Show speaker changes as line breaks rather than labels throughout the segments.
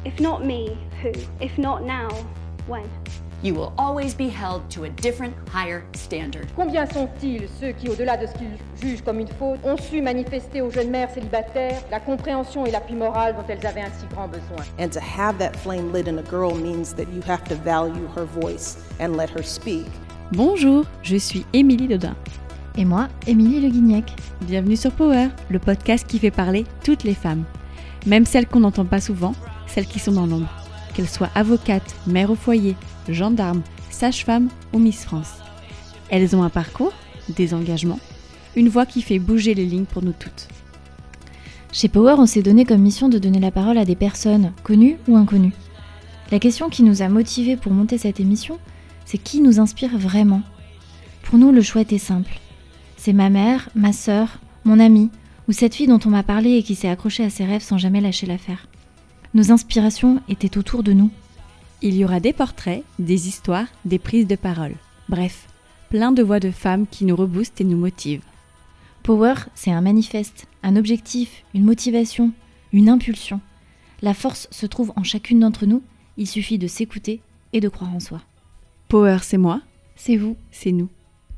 If not me, who? If not now, when?
You will always be held to a different, higher standard.
Combien sont-ils ceux qui, au-delà de ce qu'ils jugent comme une faute, ont su manifester aux jeunes mères célibataires la compréhension et l'appui moral dont elles avaient un si grand besoin?
And to have that flame lit in a girl means that you have to value her voice and let her speak.
Bonjour, je suis Émilie Dodin.
Et moi, Émilie Le Guignec.
Bienvenue sur Power, le podcast qui fait parler toutes les femmes. Même celles qu'on n'entend pas souvent, celles qui sont dans l'ombre. Qu'elles soient avocates, mères au foyer, gendarmes, sages-femmes ou Miss France. Elles ont un parcours, des engagements, une voix qui fait bouger les lignes pour nous toutes.
Chez Power, on s'est donné comme mission de donner la parole à des personnes, connues ou inconnues. La question qui nous a motivés pour monter cette émission, c'est qui nous inspire vraiment. Pour nous, le choix était simple. C'est ma mère, ma sœur, mon amie, ou cette fille dont on m'a parlé et qui s'est accrochée à ses rêves sans jamais lâcher l'affaire. Nos inspirations étaient autour de nous.
Il y aura des portraits, des histoires, des prises de parole. Bref, plein de voix de femmes qui nous reboostent et nous motivent.
Power, c'est un manifeste, un objectif, une motivation, une impulsion. La force se trouve en chacune d'entre nous, il suffit de s'écouter et de croire en soi.
Power, c'est moi,
c'est vous,
c'est nous.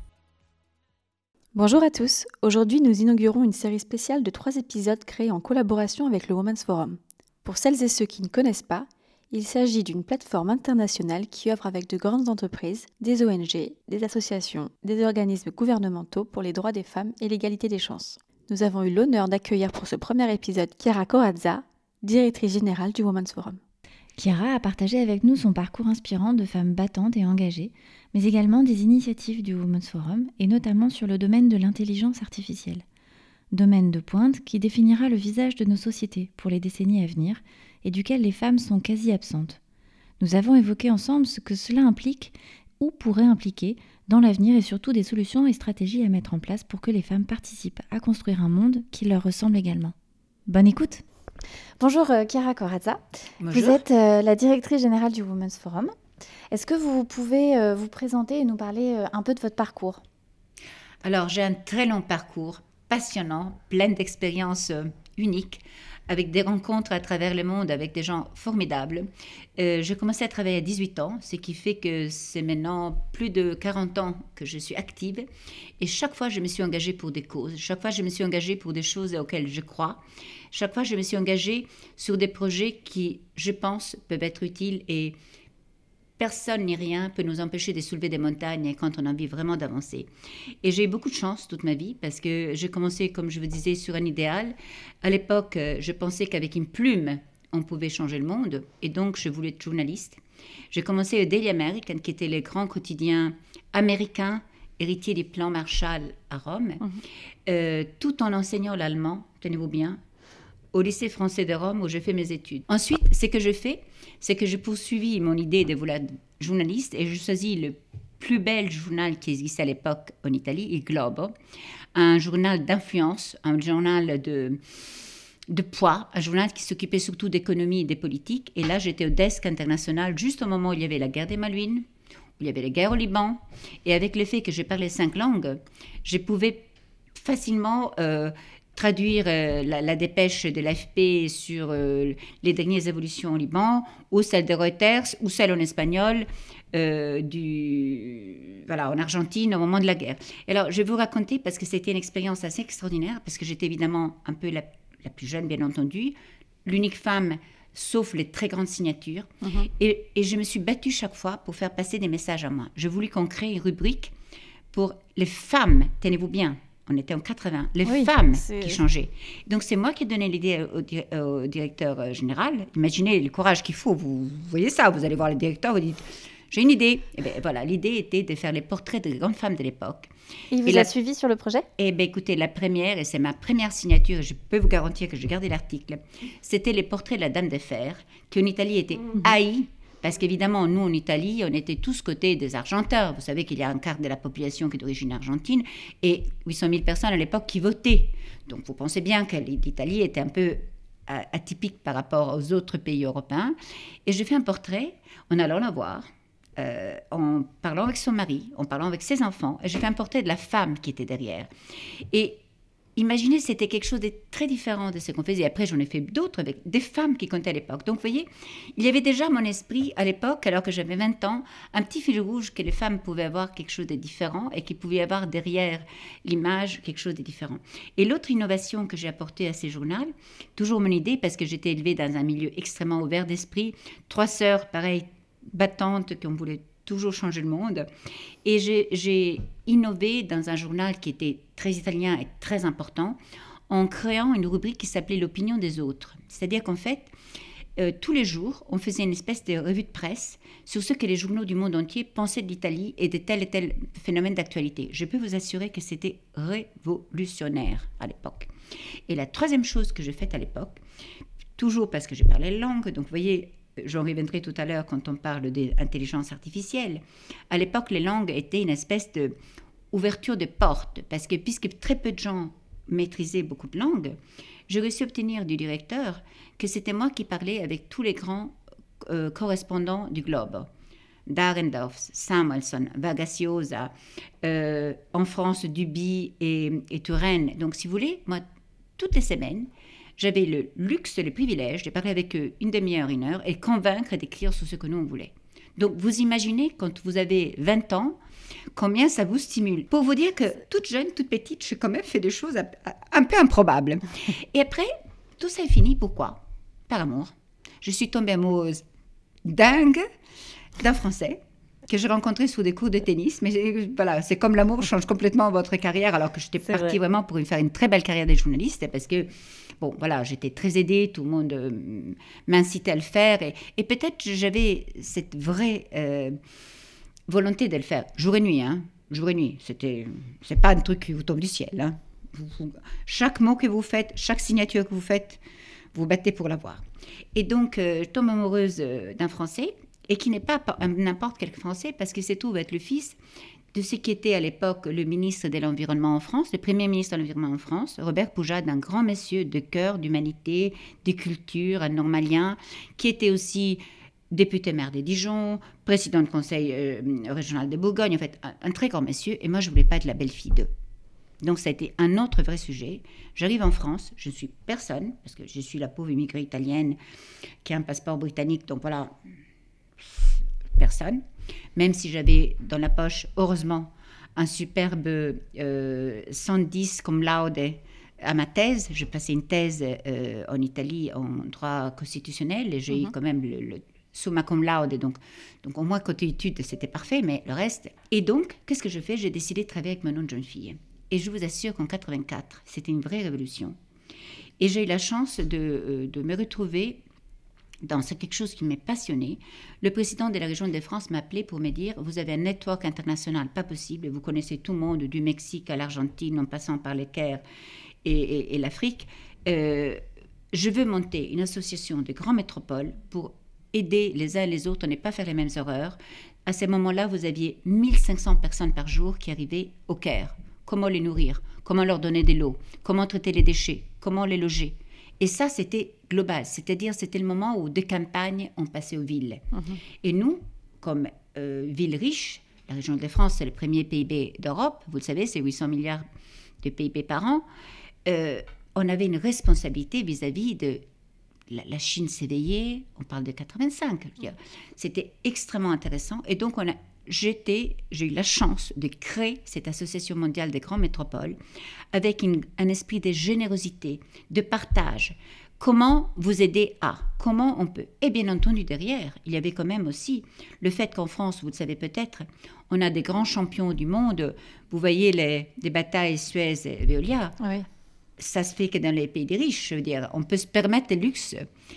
Bonjour à tous, aujourd'hui nous inaugurons une série spéciale de 3 épisodes créés en collaboration avec le Women's Forum. Pour celles et ceux qui ne connaissent pas, il s'agit d'une plateforme internationale qui œuvre avec de grandes entreprises, des ONG, des associations, des organismes gouvernementaux pour les droits des femmes et l'égalité des chances. Nous avons eu l'honneur d'accueillir pour ce premier épisode Chiara Corazza, directrice générale du Women's Forum.
Chiara a partagé avec nous son parcours inspirant de femme battante et engagée, mais également des initiatives du Women's Forum, et notamment sur le domaine de l'intelligence artificielle. Domaine de pointe qui définira le visage de nos sociétés pour les décennies à venir, et duquel les femmes sont quasi absentes. Nous avons évoqué ensemble ce que cela implique ou pourrait impliquer dans l'avenir et surtout des solutions et stratégies à mettre en place pour que les femmes participent à construire un monde qui leur ressemble également. Bonne écoute!
Bonjour Chiara Corazza,
Bonjour.
Vous êtes la directrice générale du Women's Forum. Est-ce que vous pouvez vous présenter et nous parler un peu de votre parcours ?
Alors, j'ai un très long parcours, passionnant, plein d'expériences uniques, avec des rencontres à travers le monde avec des gens formidables. J'ai commencé à travailler à 18 ans, ce qui fait que c'est maintenant plus de 40 ans que je suis active. Et chaque fois, je me suis engagée pour des causes. Chaque fois, je me suis engagée pour des choses auxquelles je crois. Chaque fois, je me suis engagée sur des projets qui, je pense, peuvent être utiles et personne ni rien peut nous empêcher de soulever des montagnes quand on a envie vraiment d'avancer. Et j'ai eu beaucoup de chance toute ma vie parce que j'ai commencé, comme je vous disais, sur un idéal. À l'époque, je pensais qu'avec une plume, on pouvait changer le monde. Et donc, je voulais être journaliste. J'ai commencé au Daily American, qui était le grand quotidien américain, héritier des plans Marshall à Rome, tout en enseignant l'allemand, tenez-vous bien, au lycée français de Rome où j'ai fait mes études. Ensuite, ce que je fais, c'est que j'ai poursuivi mon idée de vouloir être journaliste et je choisis le plus bel journal qui existait à l'époque en Italie, Il Globo, un journal d'influence, un journal de poids, un journal qui s'occupait surtout d'économie et des politiques. Et là, j'étais au desk international juste au moment où il y avait la guerre des Malouines, où il y avait la guerre au Liban. Et avec le fait que je parlais 5 langues, je pouvais facilement traduire la dépêche de l'AFP sur les dernières évolutions au Liban, ou celle de Reuters, ou celle en espagnol en Argentine au moment de la guerre. Et alors, je vais vous raconter, parce que c'était une expérience assez extraordinaire, parce que j'étais évidemment un peu la plus jeune, bien entendu, l'unique femme, sauf les très grandes signatures. Et je me suis battue chaque fois pour faire passer des messages à moi. Je voulais qu'on crée une rubrique pour les femmes, tenez-vous bien, on était en 80, les femmes qui changeaient. Donc, c'est moi qui ai donné l'idée au directeur général. Imaginez le courage qu'il faut. Vous voyez ça, vous allez voir le directeur, vous dites, j'ai une idée. Et bien, voilà, l'idée était de faire les portraits des grandes femmes de l'époque.
Il vous a suivi sur le projet ?
Eh bien, écoutez, la première, et c'est ma première signature, je peux vous garantir que j'ai gardé l'article, c'était les portraits de la Dame de Fer, qui en Italie était haïe. Parce qu'évidemment, nous, en Italie, on était tous côté des Argentins. Vous savez qu'il y a un quart de la population qui est d'origine argentine et 800 000 personnes à l'époque qui votaient. Donc, vous pensez bien que l'Italie était un peu atypique par rapport aux autres pays européens. Et j'ai fait un portrait en allant la voir, en parlant avec son mari, en parlant avec ses enfants. Et j'ai fait un portrait de la femme qui était derrière. Et imaginez, c'était quelque chose de très différent de ce qu'on faisait. Après, j'en ai fait d'autres avec des femmes qui comptaient à l'époque. Donc, vous voyez, il y avait déjà à mon esprit, à l'époque, alors que j'avais 20 ans, un petit fil rouge que les femmes pouvaient avoir quelque chose de différent et qu'il pouvait y avoir derrière l'image quelque chose de différent. Et l'autre innovation que j'ai apportée à ces journaux, toujours mon idée, parce que j'étais élevée dans un milieu extrêmement ouvert d'esprit, 3 sœurs, pareil, battantes, qui ont voulu toujours changer le monde. Et j'ai innové dans un journal qui était très italien et très important, en créant une rubrique qui s'appelait l'opinion des autres. C'est-à-dire qu'en fait, tous les jours, on faisait une espèce de revue de presse sur ce que les journaux du monde entier pensaient de l'Italie et de tel et tel phénomène d'actualité. Je peux vous assurer que c'était révolutionnaire à l'époque. Et la troisième chose que j'ai faite à l'époque, toujours parce que je parlais langue, donc vous voyez, j'en reviendrai tout à l'heure quand on parle d'intelligence artificielle. À l'époque, les langues étaient une espèce d'ouverture de porte, parce que puisque très peu de gens maîtrisaient beaucoup de langues, j'ai réussi à obtenir du directeur que c'était moi qui parlais avec tous les grands correspondants du globe. Dahrendorf, Samuelson, Vargas Llosa, en France, Duby et Turenne. Donc, si vous voulez, moi, toutes les semaines, j'avais le luxe, le privilège de parler avec eux une demi-heure, 1 heure et convaincre d'écrire sur ce que nous on voulait. Donc, vous imaginez, quand vous avez 20 ans, combien ça vous stimule. Pour vous dire que toute jeune, toute petite, j'ai quand même fait des choses un peu improbables. Et après, tout ça est fini. Pourquoi ? Par amour. Je suis tombée amoureuse dingue d'un Français que j'ai rencontré sous des cours de tennis. Mais voilà, c'est comme l'amour change complètement votre carrière, alors que j'étais partie vraiment pour faire une très belle carrière de journaliste, parce que, bon, voilà, j'étais très aidée, tout le monde m'incitait à le faire, et peut-être j'avais cette vraie volonté de le faire, jour et nuit, hein, jour et nuit. C'est pas un truc qui vous tombe du ciel, hein. Chaque mot que vous faites, chaque signature que vous faites, vous battez pour l'avoir. Et donc, je tombe amoureuse d'un Français, et qui n'est pas n'importe quel Français, parce qu'il se trouve être le fils de ce qui était à l'époque le ministre de l'Environnement en France, le premier ministre de l'Environnement en France, Robert Poujade, un grand monsieur de cœur, d'humanité, de culture, un normalien, qui était aussi député maire de Dijon, président du conseil régional de Bourgogne, en fait, un très grand monsieur, et moi, je ne voulais pas être la belle-fille d'eux. Donc, ça a été un autre vrai sujet. J'arrive en France, je ne suis personne, parce que je suis la pauvre immigrée italienne qui a un passeport britannique, donc voilà, personne. Même si j'avais dans la poche, heureusement, un superbe 110 cum laude à ma thèse. J'ai passé une thèse en Italie en droit constitutionnel, et j'ai eu quand même le summa cum laude, donc au moins côté études, c'était parfait, mais le reste... Et donc, qu'est-ce que je fais ? J'ai décidé de travailler avec mon nom de jeune fille. Et je vous assure qu'en 84, c'était une vraie révolution. Et j'ai eu la chance de me retrouver dans quelque chose qui m'est passionné. Le président de la région de France m'a appelé pour me dire « Vous avez un network international, pas possible, vous connaissez tout le monde, du Mexique à l'Argentine, en passant par le Caire et l'Afrique. Je veux monter une association de grandes métropoles pour aider les uns et les autres à ne pas faire les mêmes erreurs. » À ce moment-là, vous aviez 1500 personnes par jour qui arrivaient au Caire. Comment les nourrir, comment leur donner de l'eau, comment traiter les déchets, comment les loger. Et ça, c'était global, c'est-à-dire c'était le moment où des campagnes ont passé aux villes. Et nous, comme ville riche, la région de France, c'est le premier PIB d'Europe, vous le savez, c'est 800 milliards de PIB par an, on avait une responsabilité vis-à-vis de... La Chine s'éveillait, on parle de 85, c'était extrêmement intéressant. Et donc, j'ai eu la chance de créer cette association mondiale des grandes métropoles avec un esprit de générosité, de partage. Comment vous aider à ? Comment on peut ? Et bien entendu, derrière, il y avait quand même aussi le fait qu'en France, vous le savez peut-être, on a des grands champions du monde. Vous voyez les batailles Suez et Veolia. Oui. Ça se fait que dans les pays des riches. Je veux dire, on peut se permettre le luxe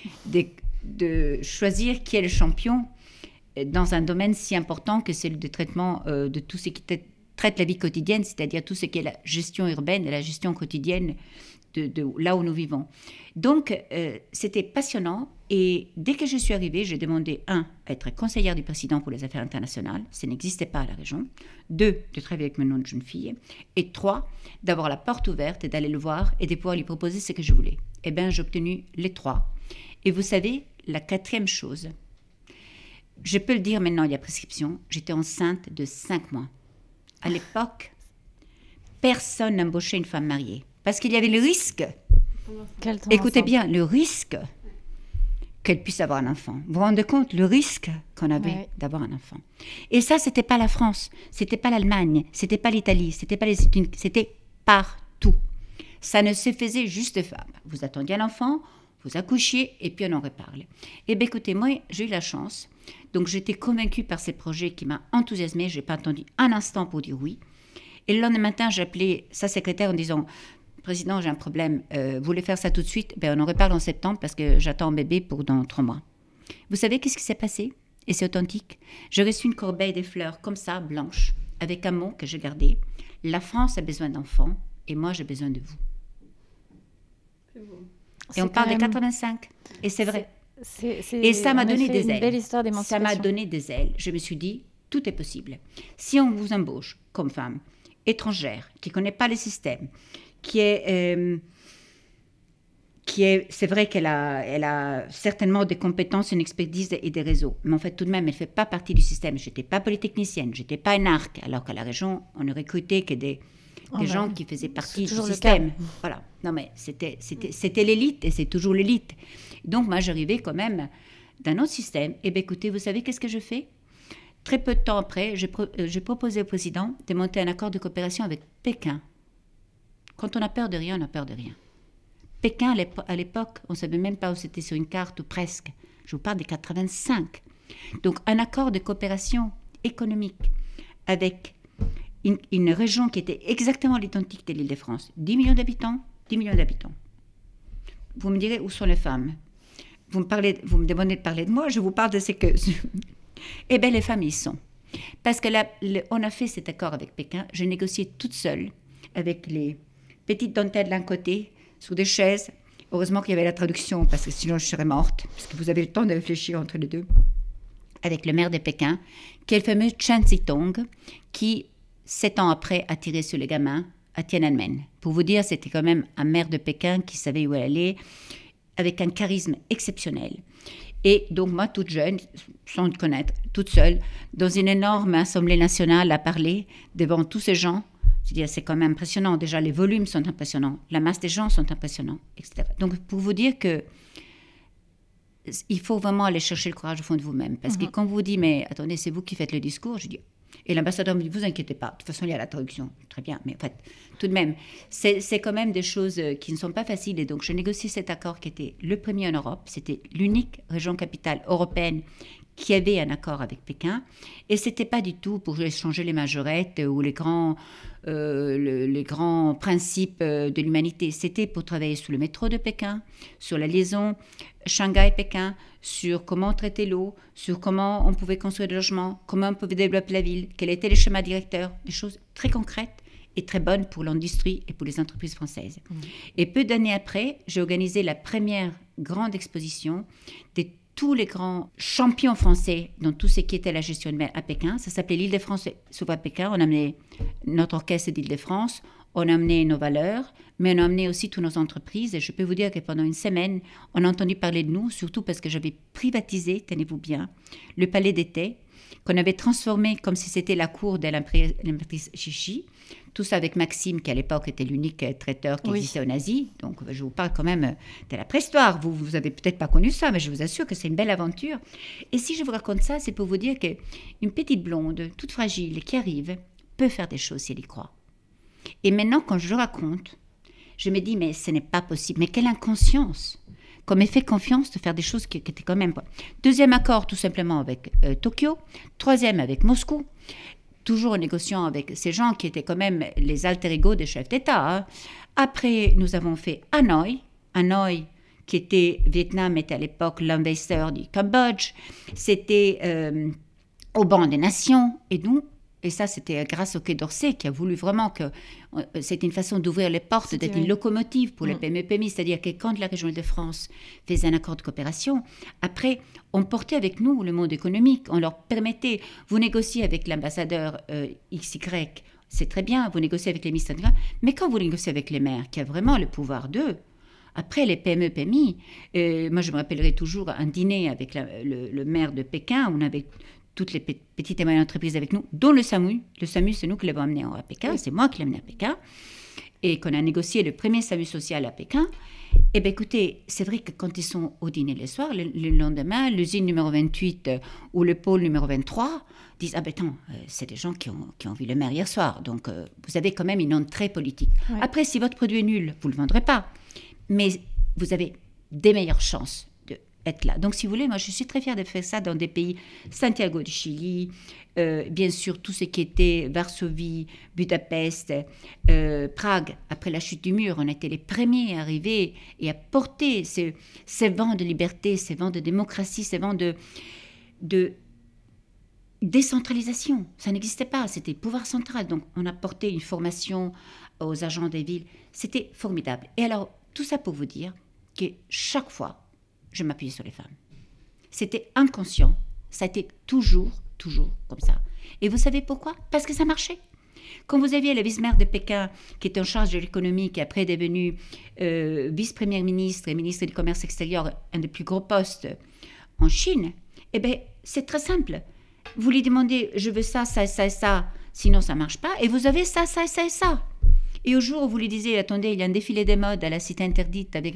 de choisir qui est le champion dans un domaine si important que celui de traitement de tout ce qui traite la vie quotidienne, c'est-à-dire tout ce qui est la gestion urbaine et la gestion quotidienne de là où nous vivons. Donc, c'était passionnant. Et dès que je suis arrivée, j'ai demandé, 1, à être conseillère du président pour les affaires internationales. Ça n'existait pas à la région. 2, de travailler avec mon nom de jeune fille. Et 3, d'avoir la porte ouverte et d'aller le voir et de pouvoir lui proposer ce que je voulais. Eh bien, j'ai obtenu les 3. Et vous savez, la 4e chose, je peux le dire maintenant, il y a prescription, j'étais enceinte de 5 mois. À l'époque, personne n'embauchait une femme mariée. Parce qu'il y avait le risque, écoutez bien, le risque qu'elle puisse avoir un enfant. Vous vous rendez compte, le risque qu'on avait d'avoir un enfant. Et ça, c'était pas la France, c'était pas l'Allemagne, c'était pas l'Italie, c'était pas les États-Unis, c'était partout. Ça ne se faisait juste pas. Vous attendiez un enfant, vous accouchiez, et puis on en reparle. Eh bien, écoutez, moi, j'ai eu la chance. Donc, j'étais convaincue par ces projets qui m'ont enthousiasmée. Je n'ai pas attendu un instant pour dire oui. Et le lendemain matin, j'ai appelé sa secrétaire en disant « Président, j'ai un problème. Vous voulez faire ça tout de suite ?» On en reparle en septembre parce que j'attends un bébé pour dans 3 mois. Vous savez qu'est-ce qui s'est passé? Et c'est authentique. J'ai reçu une corbeille de fleurs comme ça, blanche, avec un mot que j'ai gardé. « La France a besoin d'enfants et moi, j'ai besoin de vous. » Et on parle de 85. Et c'est vrai. Et ça m'a donné des ailes.
Une belle histoire d'émancipation.
Ça m'a donné des ailes. Je me suis dit, tout est possible. Si on vous embauche comme femme étrangère, qui ne connaît pas le système, c'est vrai qu'elle a certainement des compétences, une expertise et des réseaux. Mais en fait, tout de même, elle ne fait pas partie du système. Je n'étais pas polytechnicienne, je n'étais pas énarque, alors qu'à la région, on ne recrutait que des gens qui faisaient partie du système. Voilà. Non, mais c'était l'élite et c'est toujours l'élite. Donc, moi, j'arrivais quand même d'un autre système. Et bien, écoutez, vous savez qu'est-ce que je fais? Très peu de temps après, j'ai proposé au président de monter un accord de coopération avec Pékin. Quand on a peur de rien, on a peur de rien. Pékin, à l'époque, on ne savait même pas où c'était sur une carte ou presque. Je vous parle des 85. Donc, un accord de coopération économique avec une région qui était exactement l'identique de l'Île-de-France. 10 millions d'habitants, 10 millions d'habitants. Vous me direz, où sont les femmes? Vous me demandez de parler de moi, je vous parle de ce que... Eh bien, les femmes, y sont. Parce que on a fait cet accord avec Pékin, j'ai négocié toute seule, avec les petites dentelles d'un côté, sur des chaises. Heureusement qu'il y avait la traduction, parce que sinon je serais morte, parce que vous avez le temps de réfléchir entre les deux. Avec le maire de Pékin, qui est le fameux Chen Zitong, qui... 7 ans après, a tiré sur les gamins à Tiananmen. Pour vous dire, c'était quand même un maire de Pékin qui savait où elle allait, avec un charisme exceptionnel. Et donc, moi, toute jeune, sans le connaître, toute seule, dans une énorme assemblée nationale à parler devant tous ces gens, c'est-à-dire, c'est quand même impressionnant. Déjà, les volumes sont impressionnants, la masse des gens sont impressionnants, etc. Donc, pour vous dire que il faut vraiment aller chercher le courage au fond de vous-même. Parce que quand vous vous dites, mais attendez, c'est vous qui faites le discours, je dis... Et l'ambassadeur me dit, vous inquiétez pas, de toute façon, il y a la traduction. Très bien, mais en fait, tout de même, c'est quand même des choses qui ne sont pas faciles. Et donc, je négocie cet accord qui était le premier en Europe. C'était l'unique région capitale européenne qui avait un accord avec Pékin. Et ce n'était pas du tout pour échanger les majorettes ou les grands principes de l'humanité. C'était pour travailler sur le métro de Pékin, sur la liaison Shanghai-Pékin, sur comment traiter l'eau, sur comment on pouvait construire des logements, comment on pouvait développer la ville, quels étaient les schémas directeurs, des choses très concrètes et très bonnes pour l'industrie et pour les entreprises françaises. Et peu d'années après, j'ai organisé la première grande exposition de tous les grands champions français dans tout ce qui était la gestion de mer à Pékin. Ça s'appelait l'Île-de-France s'ouvre à Pékin. On a amené notre orchestre d'Île-de-France, on a amené nos valeurs, mais on a amené aussi toutes nos entreprises. Et je peux vous dire que pendant une semaine, on a entendu parler de nous, surtout parce que j'avais privatisé, tenez-vous bien, le palais d'été, qu'on avait transformé comme si c'était la cour de l'impératrice Chichi. Tout ça avec Maxime, qui à l'époque était l'unique traiteur qui existait en Asie. Donc, je vous parle quand même de la préhistoire. Vous avez peut-être pas connu ça, mais je vous assure que c'est une belle aventure. Et si je vous raconte ça, c'est pour vous dire qu'une petite blonde, toute fragile, qui arrive, peut faire des choses si elle y croit. Et maintenant, quand je le raconte, je me dis, mais ce n'est pas possible. Mais quelle inconscience! Qu'on m'ait fait confiance de faire des choses qui étaient quand même... Deuxième accord, tout simplement, avec Tokyo. Troisième, avec Moscou. Toujours en négociant avec ces gens qui étaient quand même les alter ego des chefs d'État. Hein. Après, nous avons fait Hanoï. Hanoï, qui était... Vietnam était à l'époque l'investisseur du Cambodge. C'était au banc des nations. Et nous... Et ça, c'était grâce au Quai d'Orsay qui a voulu vraiment que... C'était une façon d'ouvrir les portes, d'être une locomotive pour les PME-PMI. C'est-à-dire que quand la région Île-de-France faisait un accord de coopération, après, on portait avec nous le monde économique. On leur permettait... Vous négociez avec l'ambassadeur XY, c'est très bien, vous négociez avec les ministres, mais quand vous négociez avec les maires, qui a vraiment le pouvoir d'eux, après les PME-PMI, moi je me rappellerai toujours un dîner avec le maire de Pékin, où on avait... toutes les petites et moyennes entreprises avec nous, dont le SAMU. Le SAMU, c'est nous qui l'avons amené à Pékin, c'est moi qui l'ai amené à Pékin. et qu'on a négocié le premier SAMU social à Pékin, eh bien écoutez, c'est vrai que quand ils sont au dîner le soir, le lendemain, l'usine numéro 28 ou le pôle numéro 23 disent « Ah ben attends, c'est des gens qui ont vu le maire hier soir, donc vous avez quand même une entrée politique. Ouais. Après, si votre produit est nul, vous ne le vendrez pas, mais vous avez des meilleures chances d'être là. » Donc si vous voulez, moi je suis très fière de faire ça dans des pays, Santiago de Chili, bien sûr tout ce qui était Varsovie, Budapest, Prague. Après la chute du mur, on a été les premiers à arriver et à porter ces vents de liberté, ces vents de démocratie, ces vents de décentralisation. Ça n'existait pas, c'était le pouvoir central. Donc on a porté une formation aux agents des villes. C'était formidable. Et alors, tout ça pour vous dire que chaque fois, je m'appuyais sur les femmes. C'était inconscient. Ça a été toujours comme ça. Et vous savez pourquoi ? Parce que ça marchait. Quand vous aviez la vice-maire de Pékin, qui était en charge de l'économie, qui après est devenue vice-première ministre et ministre du commerce extérieur, un des plus gros postes en Chine, eh bien, c'est très simple. Vous lui demandez, je veux ça, ça, ça et ça, sinon ça ne marche pas, et vous avez ça, ça et ça et ça. Et au jour où vous lui disiez, attendez, il y a un défilé des modes à la Cité Interdite avec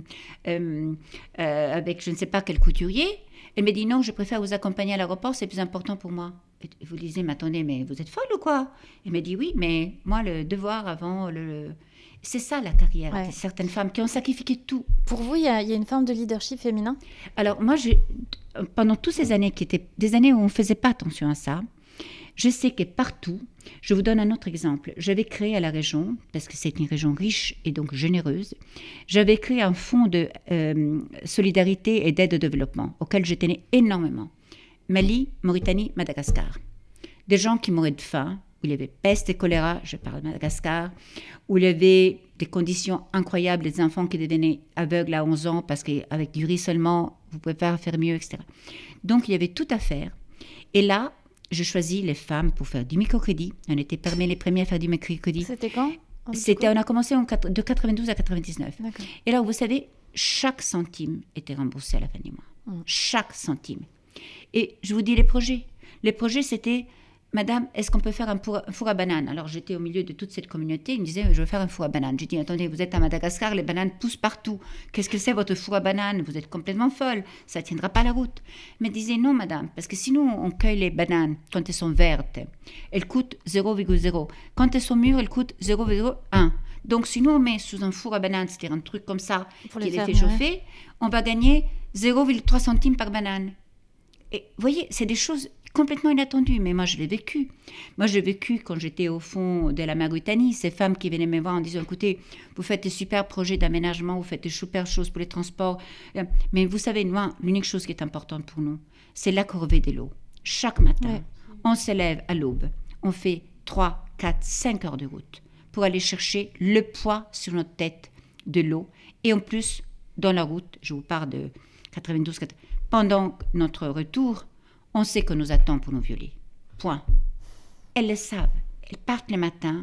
je ne sais pas quel couturier, elle me dit non, je préfère vous accompagner à l'aéroport, c'est plus important pour moi. Et vous lui disiez, mais attendez, mais vous êtes folle ou quoi ? Elle me dit oui, mais moi, le devoir avant le... C'est ça la carrière. Ouais. Certaines femmes qui ont sacrifié tout.
Pour vous, il y a une forme de leadership féminin ?
Alors moi, pendant toutes ces années qui étaient des années où on ne faisait pas attention à ça, je sais que partout, je vous donne un autre exemple. J'avais créé à la région, parce que c'est une région riche et donc généreuse, j'avais créé un fonds de solidarité et d'aide au développement, auquel je tenais énormément. Mali, Mauritanie, Madagascar. Des gens qui mouraient de faim, où il y avait peste et choléra, je parle de Madagascar, où il y avait des conditions incroyables, des enfants qui devenaient aveugles à 11 ans, parce qu'avec du riz seulement, vous ne pouvez pas faire mieux, etc. Donc il y avait tout à faire. Et là, je choisis les femmes pour faire du microcrédit. On était parmi les premiers à faire du microcrédit.
C'était quand ?
On a commencé de 92 à 99. D'accord. Et là, vous savez, chaque centime était remboursé à la fin du mois. Chaque centime. Et je vous dis les projets. Les projets, c'était, Madame, est-ce qu'on peut faire un four à bananes ? Alors, j'étais au milieu de toute cette communauté. Ils me disaient, je veux faire un four à bananes. J'ai dit, attendez, vous êtes à Madagascar, les bananes poussent partout. Qu'est-ce que c'est votre four à bananes ? Vous êtes complètement folle. Ça ne tiendra pas la route. Mais disait, non, madame, parce que sinon, on cueille les bananes quand elles sont vertes. Elles coûtent 0,0. Quand elles sont mûres, elles coûtent 0,1. Donc, si nous, on met sous un four à bananes, c'est-à-dire un truc comme ça, qui les fait chauffer, on va gagner 0,3 centimes par banane. Et vous voyez, c'est des choses complètement inattendues, mais moi je l'ai vécu. Moi j'ai vécu quand j'étais au fond de la Mauritanie, ces femmes qui venaient me voir en disant, écoutez, vous faites des super projets d'aménagement, vous faites des super choses pour les transports, mais vous savez, moi, l'unique chose qui est importante pour nous, c'est la corvée de l'eau. Chaque matin, on se lève à l'aube, on fait 3, 4, 5 heures de route pour aller chercher le poids sur notre tête de l'eau. Et en plus, dans la route, je vous parle de 92, pendant notre retour, on sait qu'on nous attend pour nous violer. Point. Elles le savent. Elles partent le matin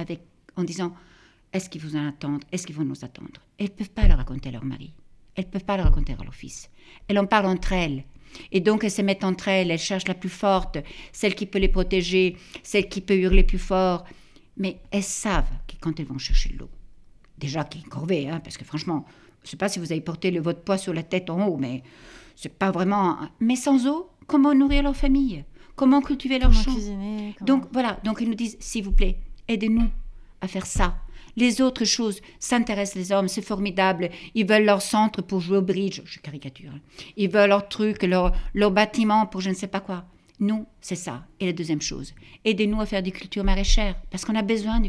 en disant, est-ce qu'ils vous en attendent ? Est-ce qu'ils vont nous attendre ? Elles ne peuvent pas le raconter à leur mari. Elles ne peuvent pas le raconter à leur fils. Elles en parlent entre elles. Et donc, elles se mettent entre elles. Elles cherchent la plus forte, celle qui peut les protéger, celle qui peut hurler plus fort. Mais elles savent que quand elles vont chercher l'eau, déjà qu'il y a une corvée, parce que franchement, je ne sais pas si vous avez porté votre poids sur la tête en haut, mais c'est pas vraiment... Mais sans eau, comment nourrir leur famille ? Comment cultiver leur champ ?
Cuisiner,
Donc voilà, donc ils nous disent, s'il vous plaît, aidez-nous à faire ça. Les autres choses s'intéressent les hommes, c'est formidable. Ils veulent leur centre pour jouer au bridge, je caricature. Ils veulent leur truc, leur bâtiment pour je ne sais pas quoi. Nous, c'est ça. Et la deuxième chose, aidez-nous à faire des cultures maraîchères, parce qu'on a besoin de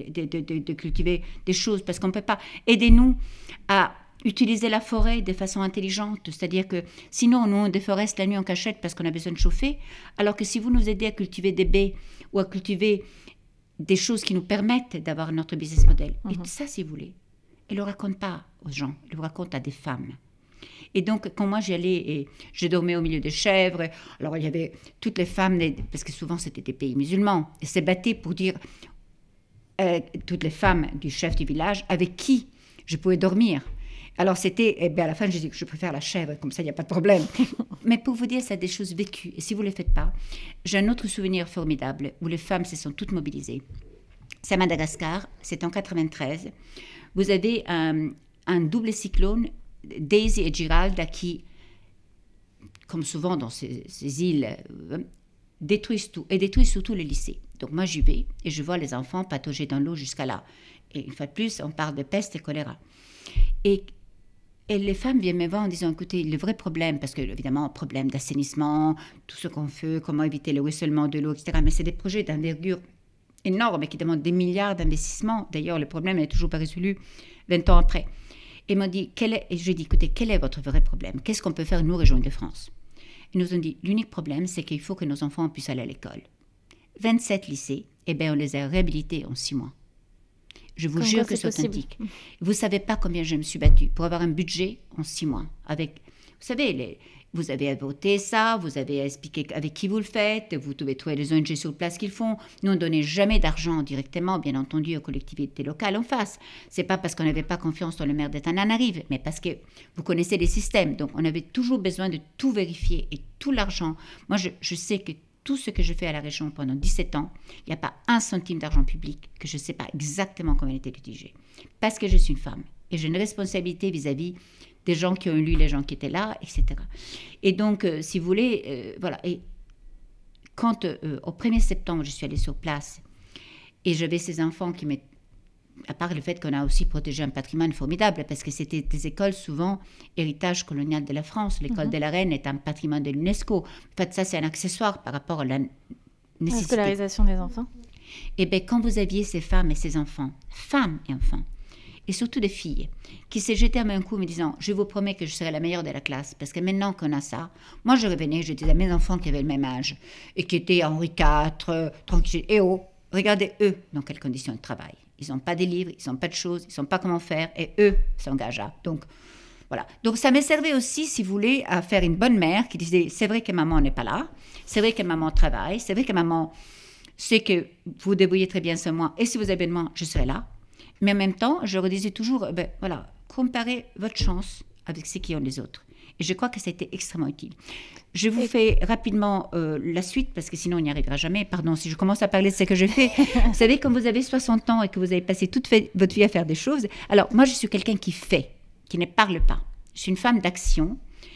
cultiver des choses, parce qu'on ne peut pas. Aidez-nous à utiliser la forêt de façon intelligente, c'est-à-dire que sinon, nous, on déforeste la nuit en cachette parce qu'on a besoin de chauffer, alors que si vous nous aidez à cultiver des baies ou à cultiver des choses qui nous permettent d'avoir notre business model, et ça, si vous voulez, elle ne le raconte pas aux gens, elle le raconte à des femmes. Et donc, quand moi j'y allais et je dormais au milieu des chèvres, alors il y avait toutes les femmes, parce que souvent c'était des pays musulmans, elles se battaient pour dire toutes les femmes du chef du village avec qui je pouvais dormir. Alors c'était, à la fin je dis que je préfère la chèvre, comme ça il n'y a pas de problème. Mais pour vous dire, c'est des choses vécues. Et si vous ne les faites pas, j'ai un autre souvenir formidable où les femmes se sont toutes mobilisées. c'est à Madagascar, c'est en 93. Vous avez un double cyclone, Daisy et Giralda, qui, comme souvent dans ces îles, détruisent tout, et détruisent surtout les lycées. Donc moi, j'y vais, et je vois les enfants patauger dans l'eau jusqu'à là. Et une fois de plus, on parle de peste et choléra. Et les femmes viennent me voir en disant, écoutez, le vrai problème, parce que évidemment, problème d'assainissement, tout ce qu'on fait, comment éviter le ruissellement de l'eau, etc. Mais c'est des projets d'envergure énorme et qui demandent des milliards d'investissements. D'ailleurs, le problème n'est toujours pas résolu 20 ans après. Et m'ont dit, et je dis, écoutez, quel est votre vrai problème? Qu'est-ce qu'on peut faire, nous, région de France? Ils nous ont dit, l'unique problème, c'est qu'il faut que nos enfants puissent aller à l'école. 27 lycées, eh bien, on les a réhabilités en 6 mois. Je vous jure que c'est authentique. Vous ne savez pas combien je me suis battue pour avoir un budget en 6 mois. Vous savez, vous avez voté ça, vous avez expliqué avec qui vous le faites, vous devez trouver les ONG sur place qu'ils font. Nous, on ne donnait jamais d'argent directement, bien entendu, aux collectivités locales en face. Ce n'est pas parce qu'on n'avait pas confiance dans le maire d'Antananarive, mais parce que vous connaissez les systèmes. Donc, on avait toujours besoin de tout vérifier et tout l'argent. Moi, je sais que tout ce que je fais à la région pendant 17 ans, il n'y a pas un centime d'argent public que je ne sais pas exactement comment il était utilisé. Parce que je suis une femme et j'ai une responsabilité vis-à-vis des gens qui ont lu les gens qui étaient là, etc. Et donc, si vous voulez, voilà. Et quand, au 1er septembre, je suis allée sur place et j'avais ces enfants qui m'étaient... À part le fait qu'on a aussi protégé un patrimoine formidable, parce que c'était des écoles souvent héritage colonial de la France. L'école de la Reine est un patrimoine de l'UNESCO. En fait, ça, c'est un accessoire par rapport à la nécessité.
La scolarisation des enfants.
Eh bien, quand vous aviez ces femmes et ces enfants, femmes et enfants, et surtout des filles, qui s'est jetées à un coup me disant, je vous promets que je serai la meilleure de la classe, parce que maintenant qu'on a ça, moi je revenais, je disais à mes enfants qui avaient le même âge, et qui étaient Henri IV, tranquille, et regardez eux dans quelles conditions ils travaillent. Ils n'ont pas des livres, ils n'ont pas de choses, ils ne savent pas comment faire, et eux s'engagent. Donc, voilà. Donc, ça me servait aussi, si vous voulez, à faire une bonne mère qui disait, c'est vrai que maman n'est pas là, c'est vrai que maman travaille, c'est vrai que maman sait que vous débrouillez très bien sans moi, et si vous avez besoin, je serai là. Mais en même temps, je redisais toujours, voilà, comparez votre chance avec ce qui ont les autres. Et je crois que ça a été extrêmement utile. Je vous fais rapidement la suite, parce que sinon on n'y arrivera jamais. Pardon, si je commence à parler de ce que je fais. Vous savez, quand vous avez 60 ans et que vous avez passé toute votre vie à faire des choses, alors moi je suis quelqu'un qui fait, qui ne parle pas. Je suis une femme d'action,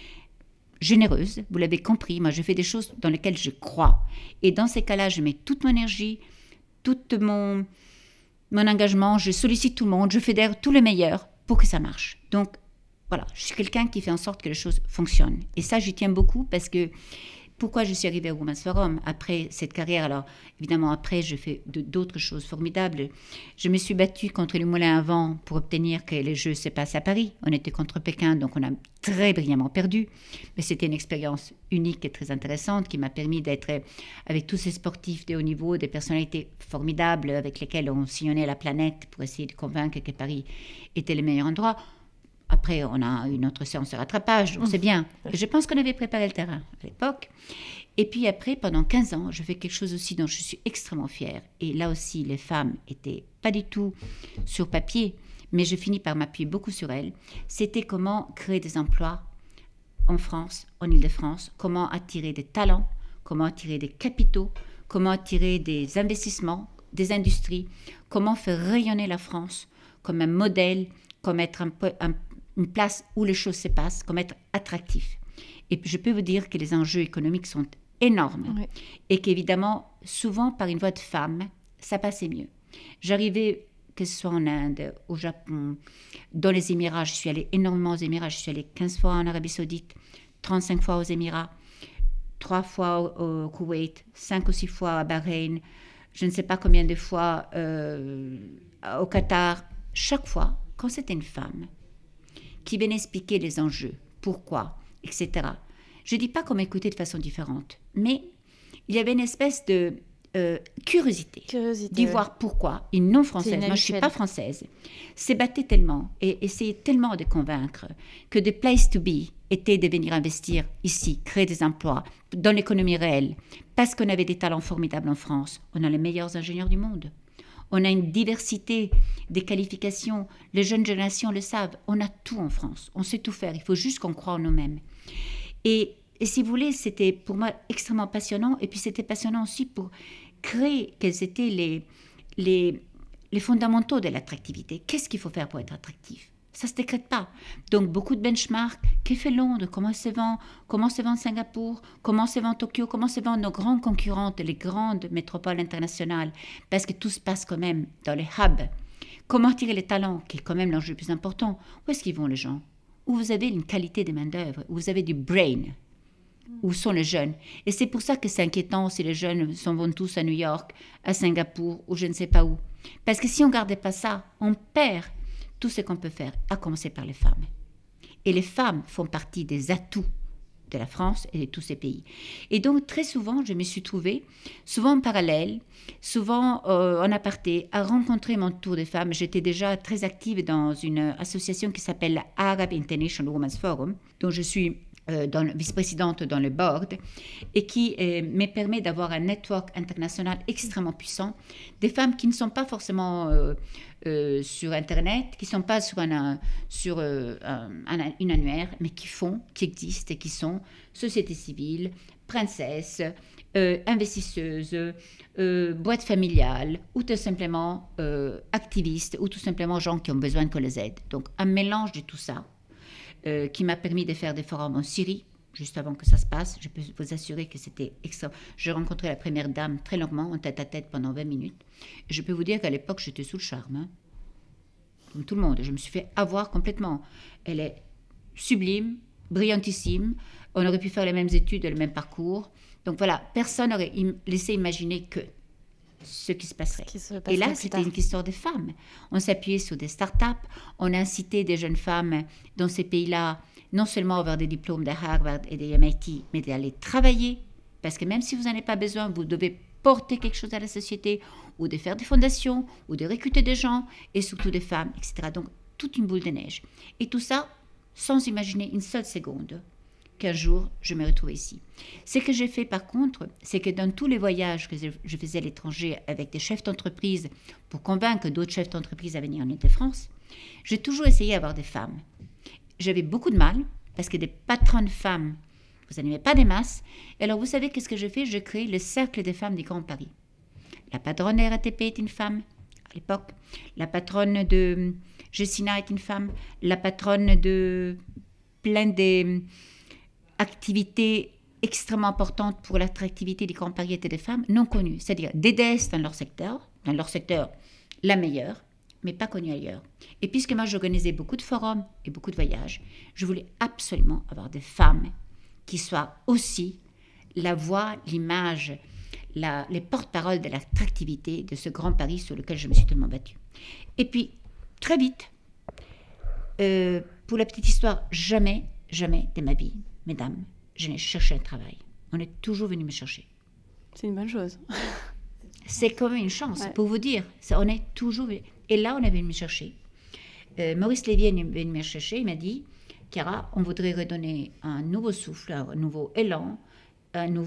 généreuse, vous l'avez compris. Moi je fais des choses dans lesquelles je crois. Et dans ces cas-là, je mets toute mon énergie, tout mon engagement, je sollicite tout le monde, je fédère tous les meilleurs pour que ça marche. Donc, voilà, je suis quelqu'un qui fait en sorte que les choses fonctionnent. Et ça, j'y tiens beaucoup parce que pourquoi je suis arrivée au Women's Forum après cette carrière? Alors, évidemment, après, je fais d'autres choses formidables. Je me suis battue contre le moulin à vent pour obtenir que les Jeux se passent à Paris. On était contre Pékin, donc on a très brillamment perdu. Mais c'était une expérience unique et très intéressante qui m'a permis d'être avec tous ces sportifs de haut niveau, des personnalités formidables avec lesquelles on sillonnait la planète pour essayer de convaincre que Paris était le meilleur endroit. Après, on a une autre séance de rattrapage, on sait bien. Et je pense qu'on avait préparé le terrain à l'époque. Et puis après, pendant 15 ans, je fais quelque chose aussi dont je suis extrêmement fière. Et là aussi, les femmes n'étaient pas du tout sur papier, mais je finis par m'appuyer beaucoup sur elles. C'était comment créer des emplois en France, en Île-de-France, comment attirer des talents, comment attirer des capitaux, comment attirer des investissements, des industries, comment faire rayonner la France comme un modèle, comme être une place où les choses se passent, comme être attractif. Et je peux vous dire que les enjeux économiques sont énormes et qu'évidemment, souvent par une voix de femme, ça passait mieux. J'arrivais, que ce soit en Inde, au Japon, dans les Émirats, je suis allée énormément aux Émirats, je suis allée 15 fois en Arabie Saoudite, 35 fois aux Émirats, 3 fois au Koweït, 5 ou 6 fois à Bahreïn, je ne sais pas combien de fois au Qatar. Chaque fois, quand c'était une femme qui venait expliquer les enjeux, pourquoi, etc. Je ne dis pas qu'on m'écoutait de façon différente, mais il y avait une espèce de curiosité d'y voir pourquoi une non-française, moi je ne suis pas française, s'est battue tellement et essayait tellement de convaincre que the place to be était de venir investir ici, créer des emplois dans l'économie réelle, parce qu'on avait des talents formidables en France. On a les meilleurs ingénieurs du monde. On a une diversité des qualifications. Les jeunes générations le savent. On a tout en France. On sait tout faire. Il faut juste qu'on croie en nous-mêmes. Et si vous voulez, c'était pour moi extrêmement passionnant. Et puis c'était passionnant aussi pour créer quels étaient les fondamentaux de l'attractivité. Qu'est-ce qu'il faut faire pour être attractif? Ça ne se décrète pas. Donc, beaucoup de benchmarks. Qu'est-ce fait Londres? Comment se vend Singapour? Comment se vend Tokyo? Comment se vendent nos grandes concurrentes, les grandes métropoles internationales? Parce que tout se passe quand même dans les hubs. Comment attirer les talents, qui est quand même l'enjeu le plus important? Où est-ce qu'ils vont les gens? Où vous avez une qualité de main-d'œuvre, où vous avez du brain, où sont les jeunes. Et c'est pour ça que c'est inquiétant si les jeunes s'en vont tous à New York, à Singapour, ou je ne sais pas où. Parce que si on ne gardait pas ça, on perd tout ce qu'on peut faire, à commencer par les femmes. Et les femmes font partie des atouts de la France et de tous ces pays. Et donc, très souvent, je me suis trouvée, souvent en parallèle, souvent en aparté, à rencontrer mon tour de femmes. J'étais déjà très active dans une association qui s'appelle Arab International Women's Forum, dont je suis vice-présidente dans le board, et qui me permet d'avoir un network international extrêmement puissant, des femmes qui ne sont pas forcément sur Internet, qui ne sont pas sur une annuaire, mais qui existent et qui sont société civile, princesses, investisseuses, boîtes familiales, ou tout simplement activistes, ou tout simplement gens qui ont besoin qu'on les aide. Donc un mélange de tout ça, qui m'a permis de faire des forums en Syrie, juste avant que ça se passe. Je peux vous assurer que c'était extra. J'ai rencontré la première dame très longuement, en tête-à-tête, pendant 20 minutes. Et je peux vous dire qu'à l'époque, j'étais sous le charme. Hein. Comme tout le monde. Je me suis fait avoir complètement. Elle est sublime, brillantissime. On aurait pu faire les mêmes études et le même parcours. Donc voilà, personne n'aurait laissé imaginer que ce qui se passerait. Et là, c'était une histoire de femmes. On s'appuyait sur des start-up, on a incité des jeunes femmes dans ces pays-là, non seulement à avoir des diplômes de Harvard et des MIT, mais d'aller travailler, parce que même si vous n'en avez pas besoin, vous devez porter quelque chose à la société, ou de faire des fondations, ou de recruter des gens, et surtout des femmes, etc. Donc, toute une boule de neige. Et tout ça, sans imaginer une seule seconde qu'un jour, je me retrouvais ici. Ce que j'ai fait, par contre, c'est que dans tous les voyages que je faisais à l'étranger avec des chefs d'entreprise pour convaincre d'autres chefs d'entreprise à venir en Ile-de-France, j'ai toujours essayé d'avoir des femmes. J'avais beaucoup de mal, parce que des patronnes femmes, vous n'en avez pas des masses. Et alors, vous savez qu'est-ce que j'ai fait? Je crée le cercle des femmes du Grand Paris. La patronne de RATP est une femme, à l'époque. La patronne de Gessina est une femme. La patronne de plein des activités extrêmement importantes pour l'attractivité du Grand Paris étaient des femmes non connues, c'est-à-dire des déesses dans leur secteur la meilleure, mais pas connue ailleurs. Et puisque moi j'organisais beaucoup de forums et beaucoup de voyages, je voulais absolument avoir des femmes qui soient aussi la voix, l'image, les porte-paroles de l'attractivité de ce Grand Paris sur lequel je me suis tellement battue. Et puis, très vite, pour la petite histoire, jamais de ma vie, mesdames, je n'ai cherché un travail. On est toujours venu me chercher.
C'est une bonne chose.
C'est quand même une chance,
ouais.
Pour vous dire. On est toujours venu. Et là, on est venu me chercher. Maurice Lévy est venu me chercher. Il m'a dit, Chiara, on voudrait redonner un nouveau souffle, un nouveau élan, une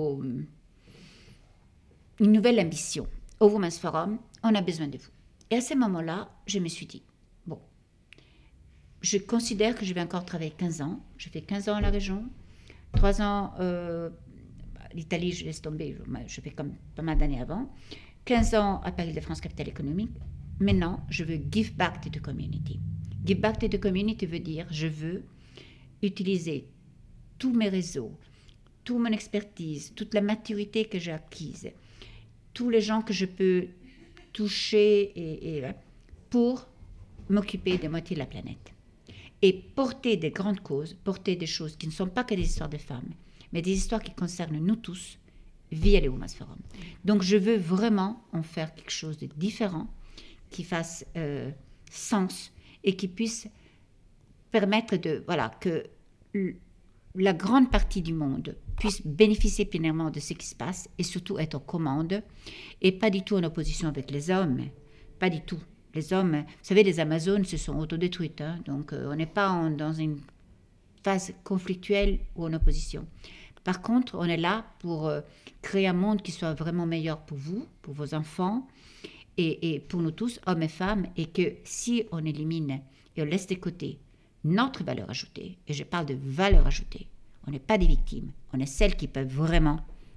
nouvelle ambition. Au Women's Forum, on a besoin de vous. Et à ce moment-là, je me suis dit, bon, je considère que je vais encore travailler 15 ans. Je fais 15 ans à la région, 3 ans, l'Italie, je laisse tomber, je fais comme pas mal d'années avant, 15 ans à Paris de France, capitale économique. Maintenant, je veux give back to the community. Give back to the community veut dire, je veux utiliser tous mes réseaux, toute mon expertise, toute la maturité que j'ai acquise, tous les gens que je peux toucher et pour m'occuper de moitié de la planète. Et porter des grandes causes, porter des choses qui ne sont pas que des histoires de femmes, mais des histoires qui concernent nous tous via les Women's Forum. Donc je veux vraiment en faire quelque chose de différent, qui fasse sens et qui puisse permettre que la grande partie du monde puisse bénéficier pleinement de ce qui se passe et surtout être aux commandes et pas du tout en opposition avec les hommes, pas du tout. Les hommes, vous savez, les Amazones se sont autodétruites, hein, donc on n'est pas dans une phase conflictuelle ou en opposition. Par contre, on est là pour créer un monde qui soit vraiment meilleur pour vous, pour vos enfants et pour nous tous, hommes et femmes, et que si on élimine et on laisse de côté notre valeur ajoutée, et je parle de valeur ajoutée, on n'est pas des victimes, on est celles qui peuvent vraiment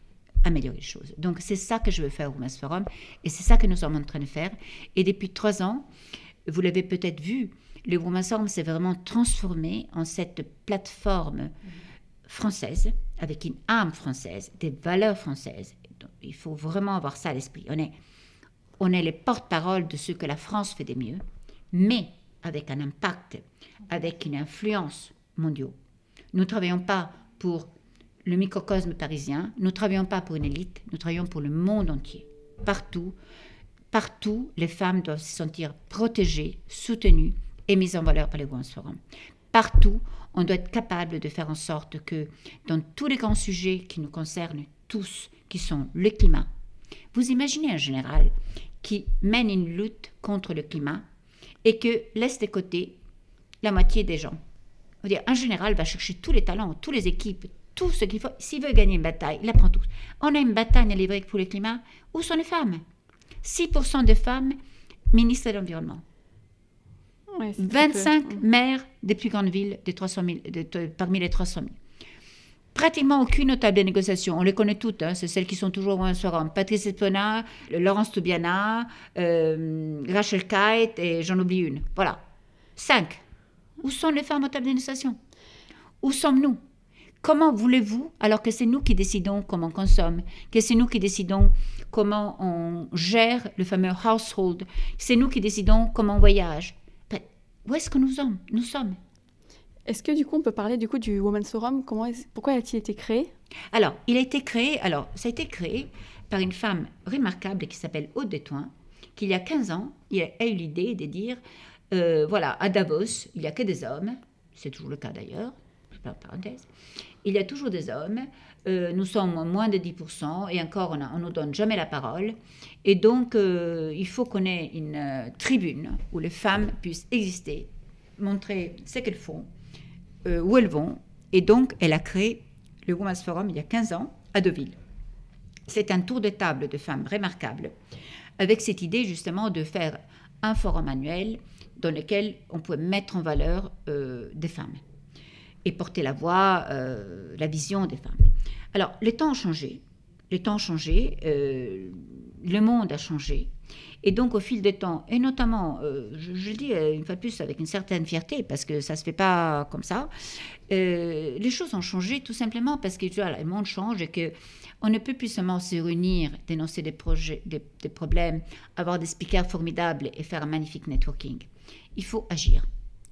améliorer les choses. Donc, c'est ça que je veux faire au Women's Forum et c'est ça que nous sommes en train de faire. Et depuis 3 ans, vous l'avez peut-être vu, le Women's Forum s'est vraiment transformé en cette plateforme française, avec une âme française, des valeurs françaises. Donc, il faut vraiment avoir ça à l'esprit. On est les porte-parole de ce que la France fait de mieux, mais avec un impact, avec une influence mondiale. Nous ne travaillons pas pour le microcosme parisien, nous ne travaillons pas pour une élite, nous travaillons pour le monde entier. Partout, les femmes doivent se sentir protégées, soutenues et mises en valeur par le Women's Forum. Partout, on doit être capable de faire en sorte que dans tous les grands sujets qui nous concernent tous, qui sont le climat, vous imaginez un général qui mène une lutte contre le climat et que laisse de côté la moitié des gens. Un général va chercher tous les talents, toutes les équipes, tout ce qu'il faut. S'il veut gagner une bataille, il apprend tout. On a une bataille à livrer pour le climat. Où sont les femmes ? 6% de femmes ministres de l'Environnement. Ouais, 25 maires des plus grandes villes parmi les 300 000. Pratiquement aucune notable de négociation. On les connaît toutes, c'est celles qui sont toujours au Women's Forum. Patrice Espona, Laurence Toubiana, Rachel Kite et j'en oublie une. Voilà. 5. Où sont les femmes aux tables de négociation ? Où sommes-nous ? Comment voulez-vous, alors que c'est nous qui décidons comment on consomme, que c'est nous qui décidons comment on gère le fameux household, c'est nous qui décidons comment on voyage. Où est-ce que nous sommes ?
Est-ce que du coup on peut parler du Women's Forum ? Pourquoi a-t-il été créé ?
Alors, ça a été créé par une femme remarquable qui s'appelle Aude Détoin, qui il y a 15 ans, a eu l'idée de dire, à Davos, il n'y a que des hommes, c'est toujours le cas d'ailleurs, je fais une parenthèse, il y a toujours des hommes, nous sommes moins de 10%, et encore on ne nous donne jamais la parole, et donc il faut qu'on ait une tribune où les femmes puissent exister, montrer ce qu'elles font, où elles vont, et donc elle a créé le Women's Forum il y a 15 ans à Deauville. C'est un tour de table de femmes remarquables, avec cette idée justement de faire un forum annuel dans lequel on peut mettre en valeur des femmes et porter la voix, la vision des femmes. Alors, les temps ont changé, le monde a changé, et donc au fil des temps, et notamment, je le dis une fois de plus avec une certaine fierté, parce que ça ne se fait pas comme ça, les choses ont changé tout simplement parce que le monde change et qu'on ne peut plus seulement se réunir, dénoncer des problèmes, avoir des speakers formidables et faire un magnifique networking. Il faut agir,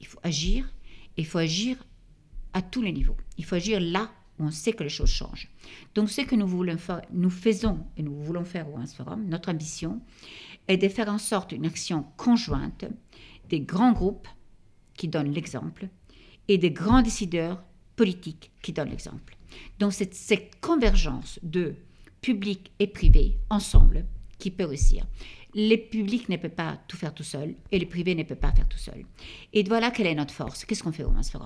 à tous les niveaux. Il faut agir là où on sait que les choses changent. Donc, ce que nous faisons et nous voulons faire au Women's Forum, notre ambition est de faire en sorte une action conjointe des grands groupes qui donnent l'exemple et des grands décideurs politiques qui donnent l'exemple. Donc, c'est cette convergence de public et privé ensemble qui peut réussir. Le public ne peut pas tout faire tout seul et le privé ne peut pas faire tout seul. Et voilà quelle est notre force. Qu'est-ce qu'on fait au Women's Forum ?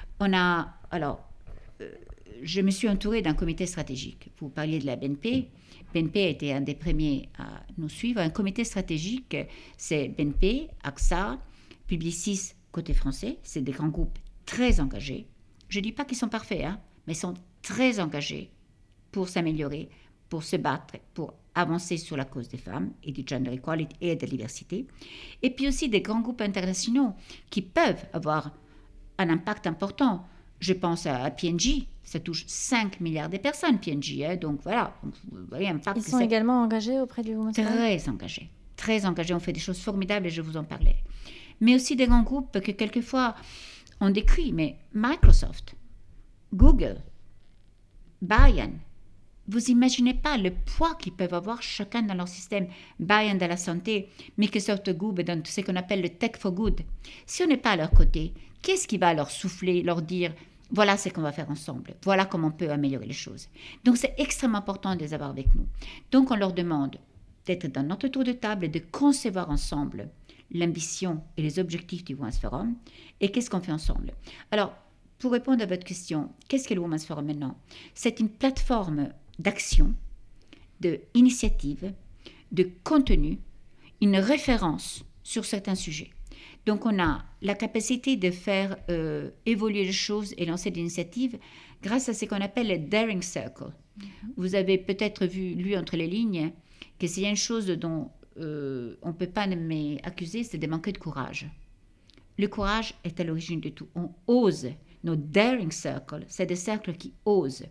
Je me suis entourée d'un comité stratégique. Vous parliez de la BNP. BNP a été un des premiers à nous suivre. Un comité stratégique, c'est BNP, AXA, Publicis côté français. C'est des grands groupes très engagés. Je ne dis pas qu'ils sont parfaits, mais ils sont très engagés pour s'améliorer, pour se battre, pour avancer sur la cause des femmes et du gender equality et de la diversité. Et puis aussi des grands groupes internationaux qui peuvent avoir un impact important. Je pense à P&G, ça touche 5 milliards de personnes, P&G. Donc voilà, vous voyez l'impact.
Ils sont également engagés auprès du Women's Forum ?
Très engagés. On fait des choses formidables et je vous en parlais. Mais aussi des grands groupes que quelquefois on décrit, mais Microsoft, Google, Bayern, vous imaginez pas le poids qu'ils peuvent avoir chacun dans leur système. Bayern dans la santé, Microsoft Google dans ce qu'on appelle le Tech for Good. Si on n'est pas à leur côté, qu'est-ce qui va leur souffler, leur dire « voilà ce qu'on va faire ensemble, voilà comment on peut améliorer les choses ». Donc c'est extrêmement important de les avoir avec nous. Donc on leur demande d'être dans notre tour de table et de concevoir ensemble l'ambition et les objectifs du Women's Forum. Et qu'est-ce qu'on fait ensemble ? Alors, pour répondre à votre question, qu'est-ce que le Women's Forum maintenant ? C'est une plateforme d'action, d'initiative, de contenu, une référence sur certains sujets. Donc, on a la capacité de faire évoluer les choses et lancer des initiatives grâce à ce qu'on appelle le Daring Circle. Vous avez peut-être lu entre les lignes que s'il y a une chose dont on ne peut pas m'accuser, c'est de manquer de courage. Le courage est à l'origine de tout. On ose. Nos Daring Circle, c'est des cercles qui osent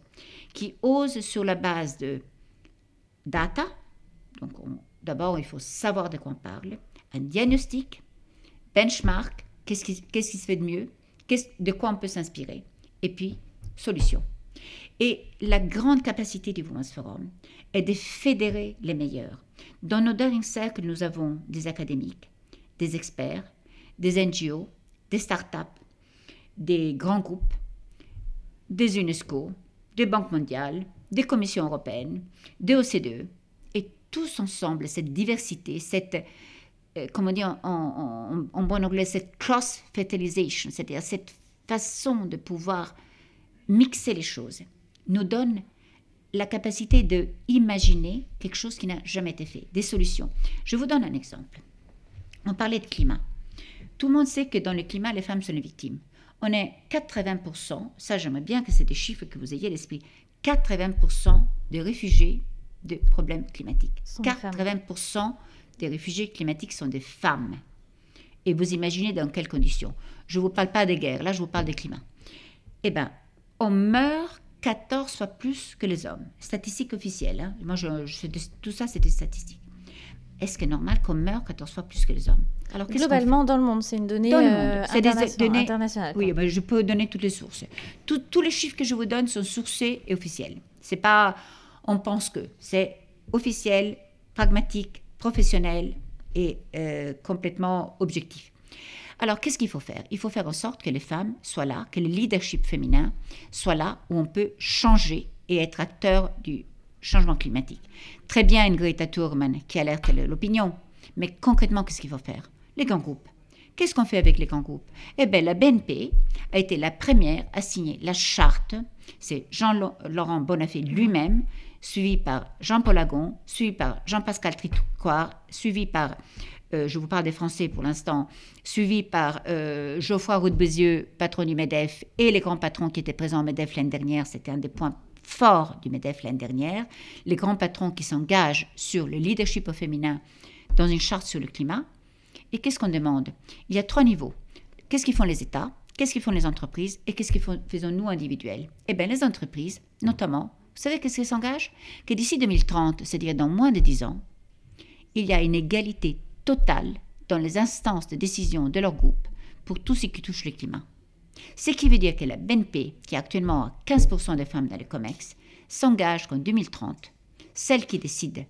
sur la base de data. Donc, d'abord, il faut savoir de quoi on parle. Un diagnostic, benchmark, qu'est-ce qui se fait de mieux, de quoi on peut s'inspirer, et puis solution. Et la grande capacité du Women's Forum est de fédérer les meilleurs. Dans nos Daring Circles, nous avons des académiques, des experts, des NGO, des startups, des grands groupes, des UNESCO, des banques mondiales, des commissions européennes, des OCDE, et tous ensemble, cette diversité, cette, comme on dit en bon anglais, cette cross-fertilisation, c'est-à-dire cette façon de pouvoir mixer les choses, nous donne la capacité d'imaginer quelque chose qui n'a jamais été fait, des solutions. Je vous donne un exemple. On parlait de climat. Tout le monde sait que dans le climat, les femmes sont les victimes. On est 80%, ça j'aimerais bien que c'est des chiffres que vous ayez à l'esprit, 80% des réfugiés de problèmes climatiques. 80% des réfugiés climatiques sont des femmes. Et vous imaginez dans quelles conditions. Je ne vous parle pas des guerres, là je vous parle des climats. Eh bien, on meurt 14 fois plus que les hommes. Statistiques officielles. Hein. Moi, tout ça, c'est des statistiques. Est-ce que c'est normal qu'on meure 14 fois plus que les hommes? Alors,
globalement, dans le monde, c'est une donnée internationale.
Oui, ben, je peux donner toutes les sources. Tous les chiffres que je vous donne sont sourcés et officiels. C'est pas on pense que. C'est officiel, pragmatique, professionnel et complètement objectif. Alors, qu'est-ce qu'il faut faire? Il faut faire en sorte que les femmes soient là, que le leadership féminin soit là où on peut changer et être acteur du changement climatique. Très bien une Greta Thunberg qui alerte l'opinion, mais concrètement, qu'est-ce qu'il faut faire? Les grands groupes. Qu'est-ce qu'on fait avec les grands groupes? Eh bien, la BNP a été la première à signer la charte. C'est Jean-Laurent Bonnafé lui-même, suivi par Jean-Paul Agon, suivi par Jean-Pascal Tricoire, suivi par, je vous parle des Français pour l'instant, suivi par Geoffroy Roux de Bézieux, patron du MEDEF, et les grands patrons qui étaient présents au MEDEF l'année dernière. C'était un des points forts du MEDEF l'année dernière. Les grands patrons qui s'engagent sur le leadership au féminin dans une charte sur le climat. Et qu'est-ce qu'on demande? Il y a 3 niveaux. Qu'est-ce qu'ils font les États? Qu'est-ce qu'ils font les entreprises? Et qu'est-ce qu'ils faisons nous individuels? Eh bien, les entreprises, notamment, vous savez qu'est-ce qu'elles s'engagent? Que d'ici 2030, c'est-à-dire dans moins de 10 ans, il y a une égalité totale dans les instances de décision de leur groupe pour tout ce qui touche le climat. Ce qui veut dire que la BNP, qui a actuellement 15% de femmes dans le COMEX, s'engage qu'en 2030, celle qui décide...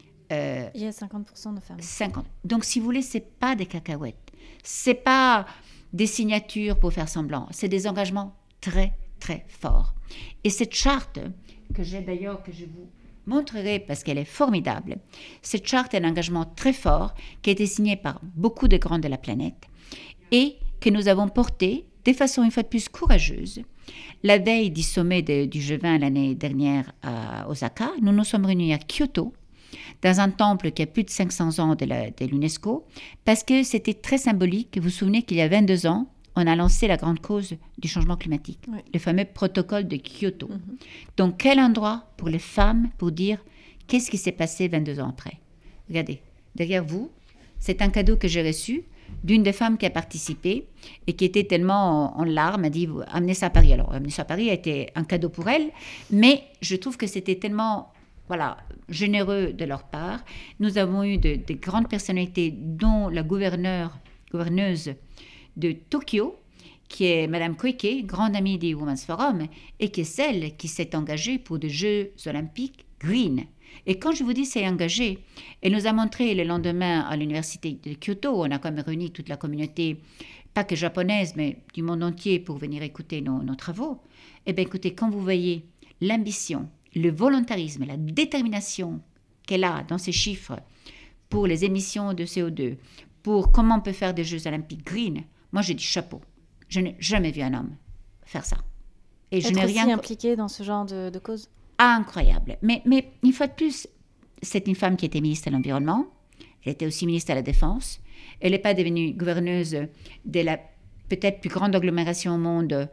il y a 50% de femmes.
50. Donc, si vous voulez, ce n'est pas des cacahuètes. Ce n'est pas des signatures pour faire semblant. C'est des engagements très, très forts. Et cette charte, que j'ai d'ailleurs, que je vous montrerai parce qu'elle est formidable, cette charte est un engagement très fort qui a été signé par beaucoup de grands de la planète et que nous avons porté de façon une fois de plus courageuse. La veille du sommet du G20 l'année dernière à Osaka, nous nous sommes réunis à Kyoto, dans un temple qui a plus de 500 ans de l'UNESCO, parce que c'était très symbolique. Vous vous souvenez qu'il y a 22 ans, on a lancé la grande cause du changement climatique, oui. Le fameux protocole de Kyoto. Donc, quel endroit pour les femmes pour dire qu'est-ce qui s'est passé 22 ans après? Regardez, derrière vous, c'est un cadeau que j'ai reçu d'une des femmes qui a participé et qui était tellement en larmes, a dit « amenez ça à Paris ». Alors, amener ça à Paris a été un cadeau pour elle, mais je trouve que c'était tellement... Voilà, généreux de leur part. Nous avons eu de grandes personnalités, dont la gouverneuse de Tokyo, qui est Madame Koike, grande amie du Women's Forum, et qui est celle qui s'est engagée pour des Jeux olympiques green. Et quand je vous dis c'est engagé, elle nous a montré le lendemain à l'université de Kyoto, on a quand même réuni toute la communauté, pas que japonaise, mais du monde entier pour venir écouter nos travaux. Eh bien écoutez, quand vous voyez l'ambition, le volontarisme, la détermination qu'elle a dans ses chiffres pour les émissions de CO2, pour comment on peut faire des Jeux olympiques green, moi je dis chapeau. Je n'ai jamais vu un homme faire ça.
Et je n'ai rien impliqué dans ce genre de cause.
Incroyable. Mais une fois de plus, c'est une femme qui était ministre de l'Environnement, elle était aussi ministre de la Défense, elle n'est pas devenue gouverneuse de la peut-être plus grande agglomération au monde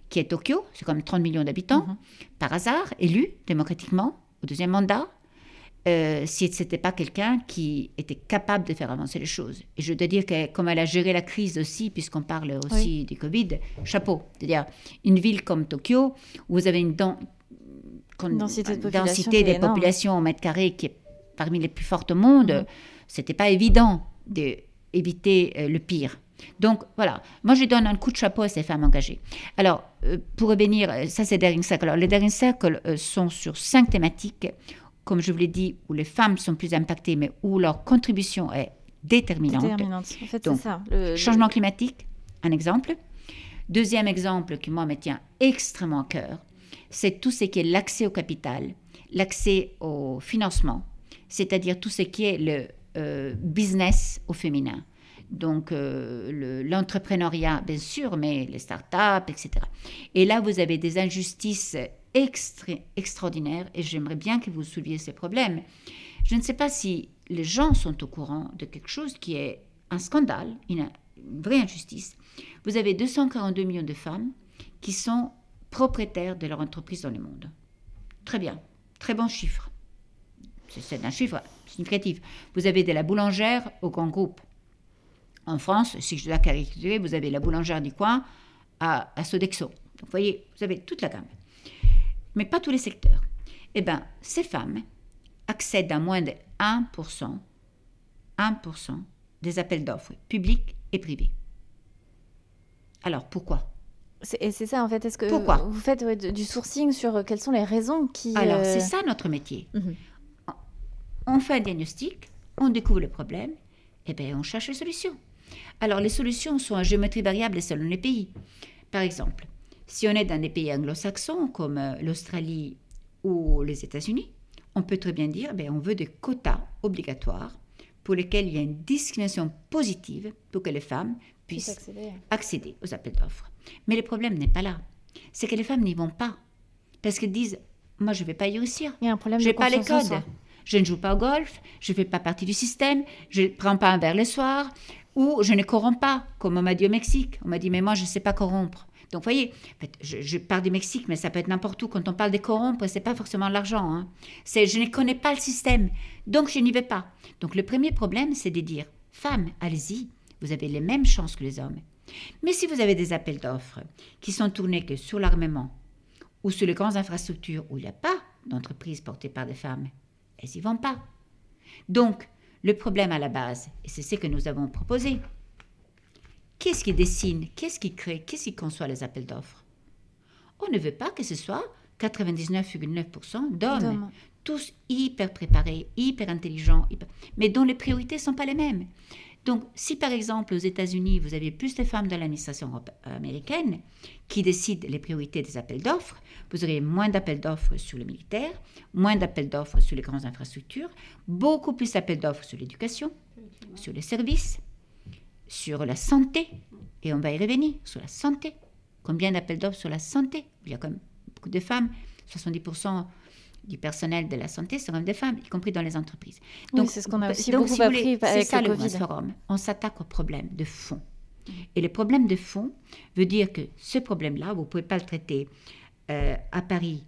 qui est Tokyo, c'est comme 30 millions d'habitants, par hasard, élu démocratiquement au deuxième mandat, si ce n'était pas quelqu'un qui était capable de faire avancer les choses. Et je dois dire que comme elle a géré la crise aussi, puisqu'on parle aussi du Covid, chapeau. C'est-à-dire une ville comme Tokyo, où vous avez une densité des populations au mètre carré qui est parmi les plus fortes au monde, ce n'était pas évident d'éviter le pire. Donc voilà, moi je donne un coup de chapeau à ces femmes engagées. Alors, pour revenir, ça c'est Daring Circle. Alors, les Daring Circle sont sur 5 thématiques, comme je vous l'ai dit, où les femmes sont plus impactées, mais où leur contribution est déterminante.
En fait,
donc,
c'est ça.
Changement climatique, un exemple. Deuxième exemple qui, moi, me tient extrêmement à cœur, c'est tout ce qui est l'accès au capital, l'accès au financement, c'est-à-dire tout ce qui est le business au féminin. Donc, l'entrepreneuriat, bien sûr, mais les startups, etc. Et là, vous avez des injustices extraordinaires et j'aimerais bien que vous souleviez ces problèmes. Je ne sais pas si les gens sont au courant de quelque chose qui est un scandale, une vraie injustice. Vous avez 242 millions de femmes qui sont propriétaires de leur entreprise dans le monde. Très bien, très bon chiffre. C'est un chiffre significatif. Vous avez de la boulangère au grand groupe. En France, si je dois caricaturer, vous avez la boulangère du coin à Sodexo. Donc, vous voyez, vous avez toute la gamme. Mais pas tous les secteurs. Eh bien, ces femmes accèdent à moins de 1% des appels d'offres publics et privés. Alors, pourquoi ?
C'est ça, en fait. Est-ce que
pourquoi ?
Vous faites du sourcing sur quelles sont les raisons qui...
Alors, c'est ça notre métier. On fait un diagnostic, on découvre le problème, et bien, on cherche les solutions. Alors, les solutions sont à géométrie variable selon les pays. Par exemple, si on est dans des pays anglo-saxons comme l'Australie ou les États-Unis, on peut très bien dire on veut des quotas obligatoires pour lesquels il y a une discrimination positive pour que les femmes puissent accéder aux appels d'offres. Mais le problème n'est pas là. C'est que les femmes n'y vont pas. Parce qu'elles disent, moi je ne vais pas y réussir.
Il y a un problème
je n'ai pas les codes. Je ne joue pas au golf, je ne fais pas partie du système, je ne prends pas un verre le soir, ou je ne corromps pas, comme on m'a dit au Mexique. On m'a dit, mais moi je ne sais pas corrompre. Donc, vous voyez, en fait, je parle du Mexique, mais ça peut être n'importe où. Quand on parle de corrompre, ce n'est pas forcément l'argent. Hein. C'est je ne connais pas le système, donc je n'y vais pas. Donc, le premier problème, c'est de dire, femmes, allez-y, vous avez les mêmes chances que les hommes. Mais si vous avez des appels d'offres qui sont tournés que sur l'armement ou sur les grandes infrastructures où il n'y a pas d'entreprise portée par des femmes, elles n'y vont pas. Donc, le problème à la base, et c'est ce que nous avons proposé, qu'est-ce qui dessine, qu'est-ce qui crée, qu'est-ce qui conçoit les appels d'offres ? On ne veut pas que ce soit 99,9% d'hommes, tous hyper préparés, hyper intelligents, mais dont les priorités ne sont pas les mêmes. Donc, si par exemple aux États-Unis, vous avez plus de femmes dans l'administration américaine qui décident les priorités des appels d'offres, vous aurez moins d'appels d'offres sur le militaire, moins d'appels d'offres sur les grandes infrastructures, beaucoup plus d'appels d'offres sur l'éducation, sur les services, sur la santé, et on va y revenir, sur la santé. Combien d'appels d'offres sur la santé ? Il y a quand même beaucoup de femmes, 70% du personnel de la santé seront des femmes, y compris dans les entreprises. Donc,
oui, c'est ce qu'on a aussi beaucoup appris avec
ça,
le Covid.
Forum. On s'attaque au problème de fond. Et le problème de fond veut dire que ce problème-là, vous ne pouvez pas le traiter à Paris,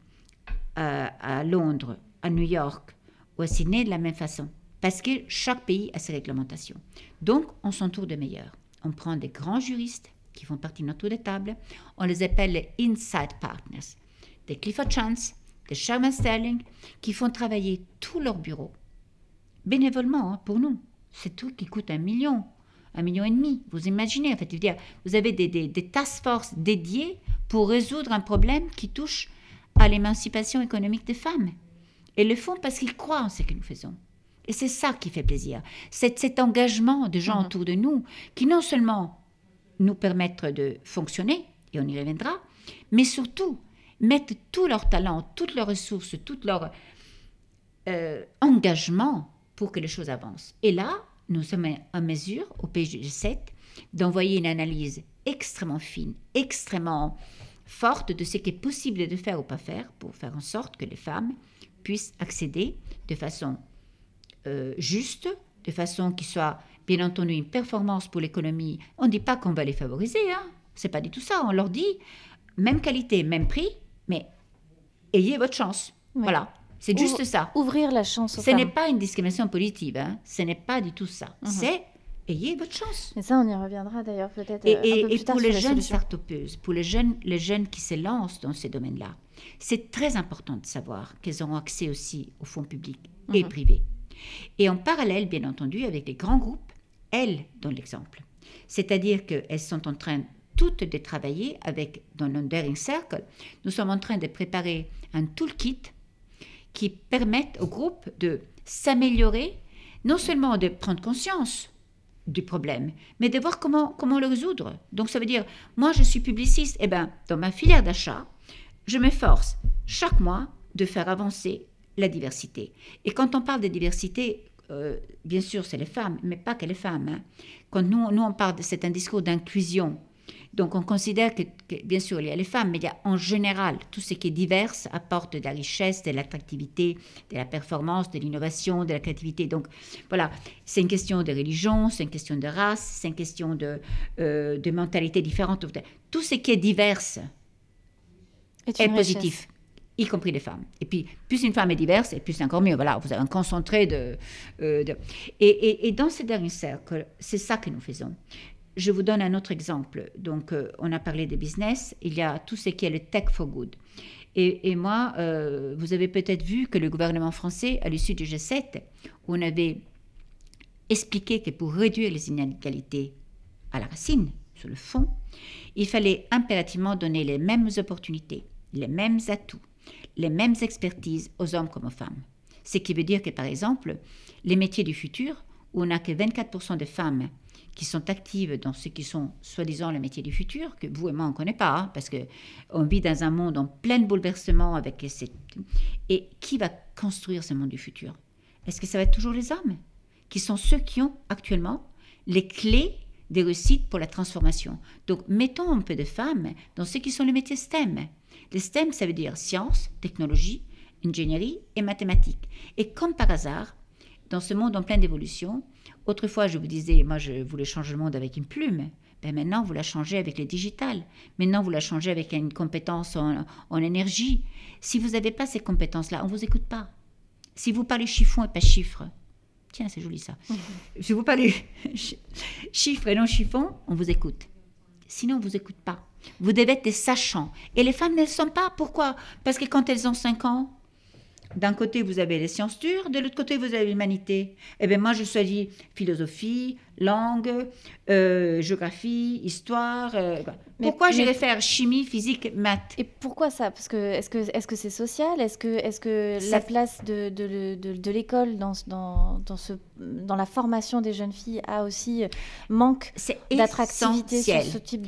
à Londres, à New York ou à Sydney de la même façon. Parce que chaque pays a ses réglementations. Donc, on s'entoure de meilleurs. On prend des grands juristes qui font partie de notre tour de table. On les appelle les Inside Partners. Des Clifford Chance, des Sherman Sterling, qui font travailler tout leur bureau, bénévolement, pour nous. C'est tout qui coûte 1 million, 1,5 million. Vous imaginez, en fait, vous avez des task force dédiées pour résoudre un problème qui touche à l'émancipation économique des femmes. Et le font parce qu'ils croient en ce que nous faisons. Et c'est ça qui fait plaisir. C'est cet engagement de gens autour de nous qui non seulement nous permettent de fonctionner, et on y reviendra, mais surtout mettent tout leur talent, toutes leurs ressources, tout leur engagement pour que les choses avancent. Et là, nous sommes en mesure, au PG7, d'envoyer une analyse extrêmement fine, extrêmement forte de ce qui est possible de faire ou pas faire pour faire en sorte que les femmes puissent accéder de façon juste, de façon qui soit, bien entendu, une performance pour l'économie. On ne dit pas qu'on va les favoriser, hein. C'est pas du tout ça. On leur dit, même qualité, même prix, mais ayez votre chance.
Oui.
Voilà, c'est juste ça.
Ouvrir la chance aux
Ce
femmes.
n'est pas une discrimination positive, hein. Ce n'est pas du tout ça. C'est ayez votre chance.
Mais ça, on y reviendra d'ailleurs peut-être un peu
Et
plus tard
pour
sur
les jeunes
solutions.
start-upeuses, pour les jeunes qui se lancent dans ces domaines-là, c'est très important de savoir qu'elles auront accès aussi aux fonds publics et privés. Et en parallèle, bien entendu, avec les grands groupes, elles donnent l'exemple. C'est-à-dire qu'elles sont en train toutes de travailler avec, dans le Daring Circle, nous sommes en train de préparer un toolkit qui permette au groupe de s'améliorer, non seulement de prendre conscience du problème, mais de voir comment le résoudre. Donc ça veut dire, moi je suis publiciste, et bien dans ma filière d'achat, je m'efforce chaque mois de faire avancer la diversité. Et quand on parle de diversité, bien sûr c'est les femmes, mais pas que les femmes. Hein. Quand nous on parle, c'est un discours d'inclusion. Donc on considère que bien sûr il y a les femmes, mais il y a en général tout ce qui est divers apporte de la richesse, de l'attractivité, de la performance, de l'innovation, de la créativité. Donc voilà, c'est une question de religion, c'est une question de race, c'est une question de mentalité différente. Tout ce qui est divers est positif, y compris les femmes. Et puis plus une femme est diverse, et plus c'est encore mieux. Voilà, vous avez un concentré Et dans ce dernier cercle, c'est ça que nous faisons. Je vous donne un autre exemple. Donc, on a parlé des business. Il y a tout ce qui est le tech for good. Et moi, vous avez peut-être vu que le gouvernement français, à l'issue du G7, on avait expliqué que pour réduire les inégalités à la racine, sur le fond, il fallait impérativement donner les mêmes opportunités, les mêmes atouts, les mêmes expertises aux hommes comme aux femmes. Ce qui veut dire que, par exemple, les métiers du futur, où on n'a que 24% de femmes qui sont actives dans ce qui sont soi-disant les métiers du futur, que vous et moi on ne connaît pas, hein, parce qu'on vit dans un monde en plein bouleversement. Et qui va construire ce monde du futur? Est-ce que ça va être toujours les hommes, qui sont ceux qui ont actuellement les clés des réussites pour la transformation? Donc mettons un peu de femmes dans ce qui sont les métiers STEM. Les STEM, ça veut dire sciences, technologie, ingénierie et mathématiques. Et comme par hasard, dans ce monde en pleine évolution, autrefois, je vous disais, moi, je voulais changer le monde avec une plume. Ben maintenant, vous la changez avec les digitales. Maintenant, vous la changez avec une compétence en énergie. Si vous n'avez pas ces compétences-là, on ne vous écoute pas. Si vous parlez chiffon et pas chiffres, tiens, c'est joli ça. Si vous parlez chiffres et non chiffon, on vous écoute. Sinon, on ne vous écoute pas. Vous devez être des sachants. Et les femmes ne le sont pas. Pourquoi? Parce que quand elles ont 5 ans, d'un côté, vous avez les sciences dures, de l'autre côté, vous avez l'humanité. Eh bien, moi, je choisis philosophie, langue, géographie, histoire. Pourquoi j'irais faire chimie, physique, maths?
Et pourquoi ça? Parce que est-ce que c'est social? Est-ce que
Ça...
la place de l'école dans la formation des jeunes filles a aussi manque d'attractivité sur ce type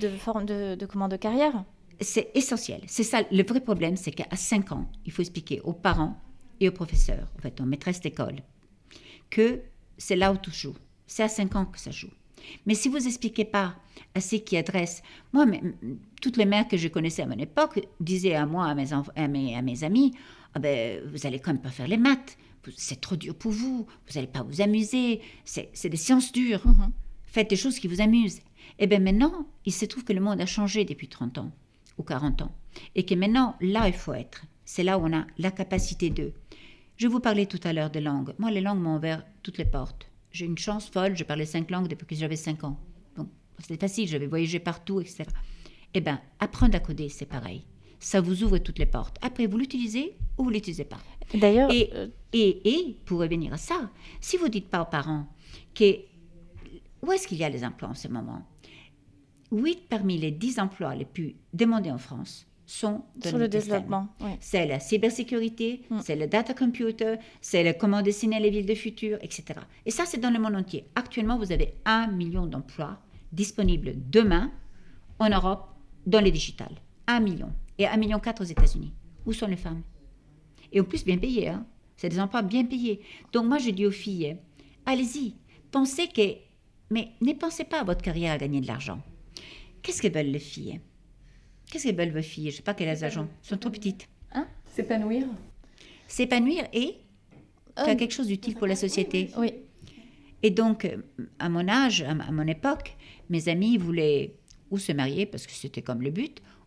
de carrière?
C'est essentiel. C'est ça, le vrai problème, c'est qu'à 5 ans, il faut expliquer aux parents et aux professeurs, en fait, aux maîtresses d'école, que c'est là où tout joue. C'est à 5 ans que ça joue. Mais si vous n'expliquez pas à ceux qui adressent... Moi, toutes les mères que je connaissais à mon époque disaient à moi, à mes amis, ah ben, vous n'allez quand même pas faire les maths, c'est trop dur pour vous, vous n'allez pas vous amuser, c'est des sciences dures. Faites des choses qui vous amusent. Et bien maintenant, il se trouve que le monde a changé depuis 30 ans ou 40 ans. Et que maintenant, là, il faut être. C'est là où on a la capacité de... Je vous parlais tout à l'heure de langues. Moi, les langues m'ont ouvert toutes les portes. J'ai une chance folle, je parlais 5 langues depuis que j'avais 5 ans. Donc, c'était facile, j'avais voyagé partout, etc. Eh bien, apprendre à coder, c'est pareil. Ça vous ouvre toutes les portes. Après, vous l'utilisez ou vous ne l'utilisez pas.
D'ailleurs...
Et pour revenir à ça, si vous ne dites pas aux parents que... Où est-ce qu'il y a les emplois en ce moment? 8 parmi les 10 emplois les plus demandés en France sont
sur le développement. Oui.
C'est la cybersécurité, c'est le data computer, c'est le comment dessiner les villes de futur, etc. Et ça, c'est dans le monde entier. Actuellement, vous avez 1 million d'emplois disponibles demain en Europe dans les digitales. 1 million. Et 1,4 million aux États-Unis. Où sont les femmes? Et en plus, bien payés. Hein? C'est des emplois bien payés. Donc moi, je dis aux filles, allez-y, pensez que... Mais ne pensez pas à votre carrière à gagner de l'argent. Qu'est-ce que veulent les filles? Qu'est-ce que veulent vos filles? Je ne sais pas quel âge elles ont. Elles sont trop petites.
Hein? S'épanouir.
S'épanouir et faire quelque chose d'utile pour la société.
Oui.
Et donc, à mon âge, à mon époque, mes amis voulaient ou se marier, parce que c'était comme le but,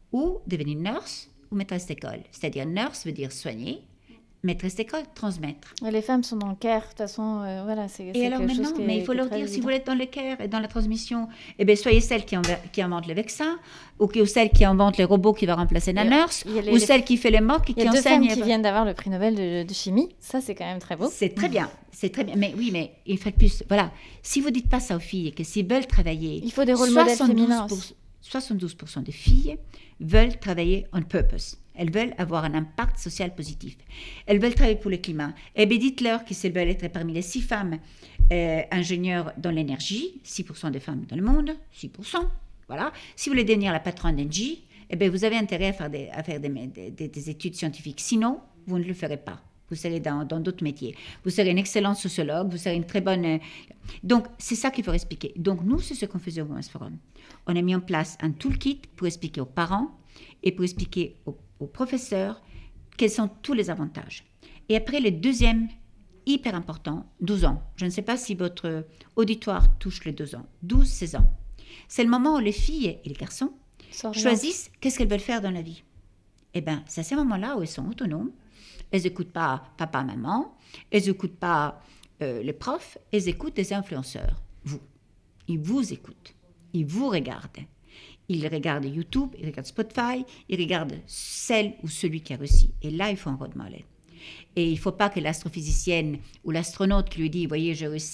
ou devenir nurse ou maîtresse d'école. C'est-à-dire nurse veut dire soigner, maîtresse d'école, transmettre.
Et les femmes sont dans le care, de toute façon, voilà, c'est
Et alors
quelque chose
maintenant, mais il faut leur dire,
évident.
si vous êtes dans le care et dans la transmission, eh bien, soyez celle qui invente les vaccins, ou celle qui invente les robots qui va remplacer la nurse, ou celle qui fait les moques et qui enseigne.
Il y a 2 femmes qui viennent d'avoir le prix Nobel de chimie, ça c'est quand même très beau.
C'est très bien, c'est très bien. Mais oui, mais une fois de plus, voilà, si vous ne dites pas ça aux filles, que s'ils veulent travailler...
Il faut des rôles modèles féminins aussi.
72% des filles veulent travailler on purpose. Elles veulent avoir un impact social positif. Elles veulent travailler pour le climat. Eh bien, dites-leur que si elles veulent être parmi les 6 femmes ingénieurs dans l'énergie, 6% des femmes dans le monde, 6%, voilà. Si vous voulet devenir la patronne d'Engie, eh bien, vous avez intérêt à faire des études scientifiques. Sinon, vous ne le ferez pas. Vous serez dans d'autres métiers. Vous serez une excellente sociologue, vous serez une très bonne... Donc, c'est ça qu'il faut expliquer. Donc, nous, c'est ce qu'on faisait au Women's Forum. On a mis en place un toolkit pour expliquer aux parents et pour expliquer aux professeurs quels sont tous les avantages. Et après, le deuxième, hyper important, 12 ans. Je ne sais pas si votre auditoire touche les 2 ans. 12-16 ans. C'est le moment où les filles et les garçons choisissent qu'est-ce qu'elles veulent faire dans la vie. Eh bien, c'est à ce moment-là où elles sont autonomes. Elles n'écoutent pas papa, maman. Elles n'écoutent pas les profs. Elles écoutent les influenceurs. Vous. Ils vous écoutent. Ils vous regardent. Ils regardent YouTube, ils regardent Spotify, ils regardent celle ou celui qui a réussi. Et là, il faut un rôle modèle. Et il ne faut pas que l'astrophysicienne ou l'astronaute qui lui dit « Voyez, j'ai réussi »,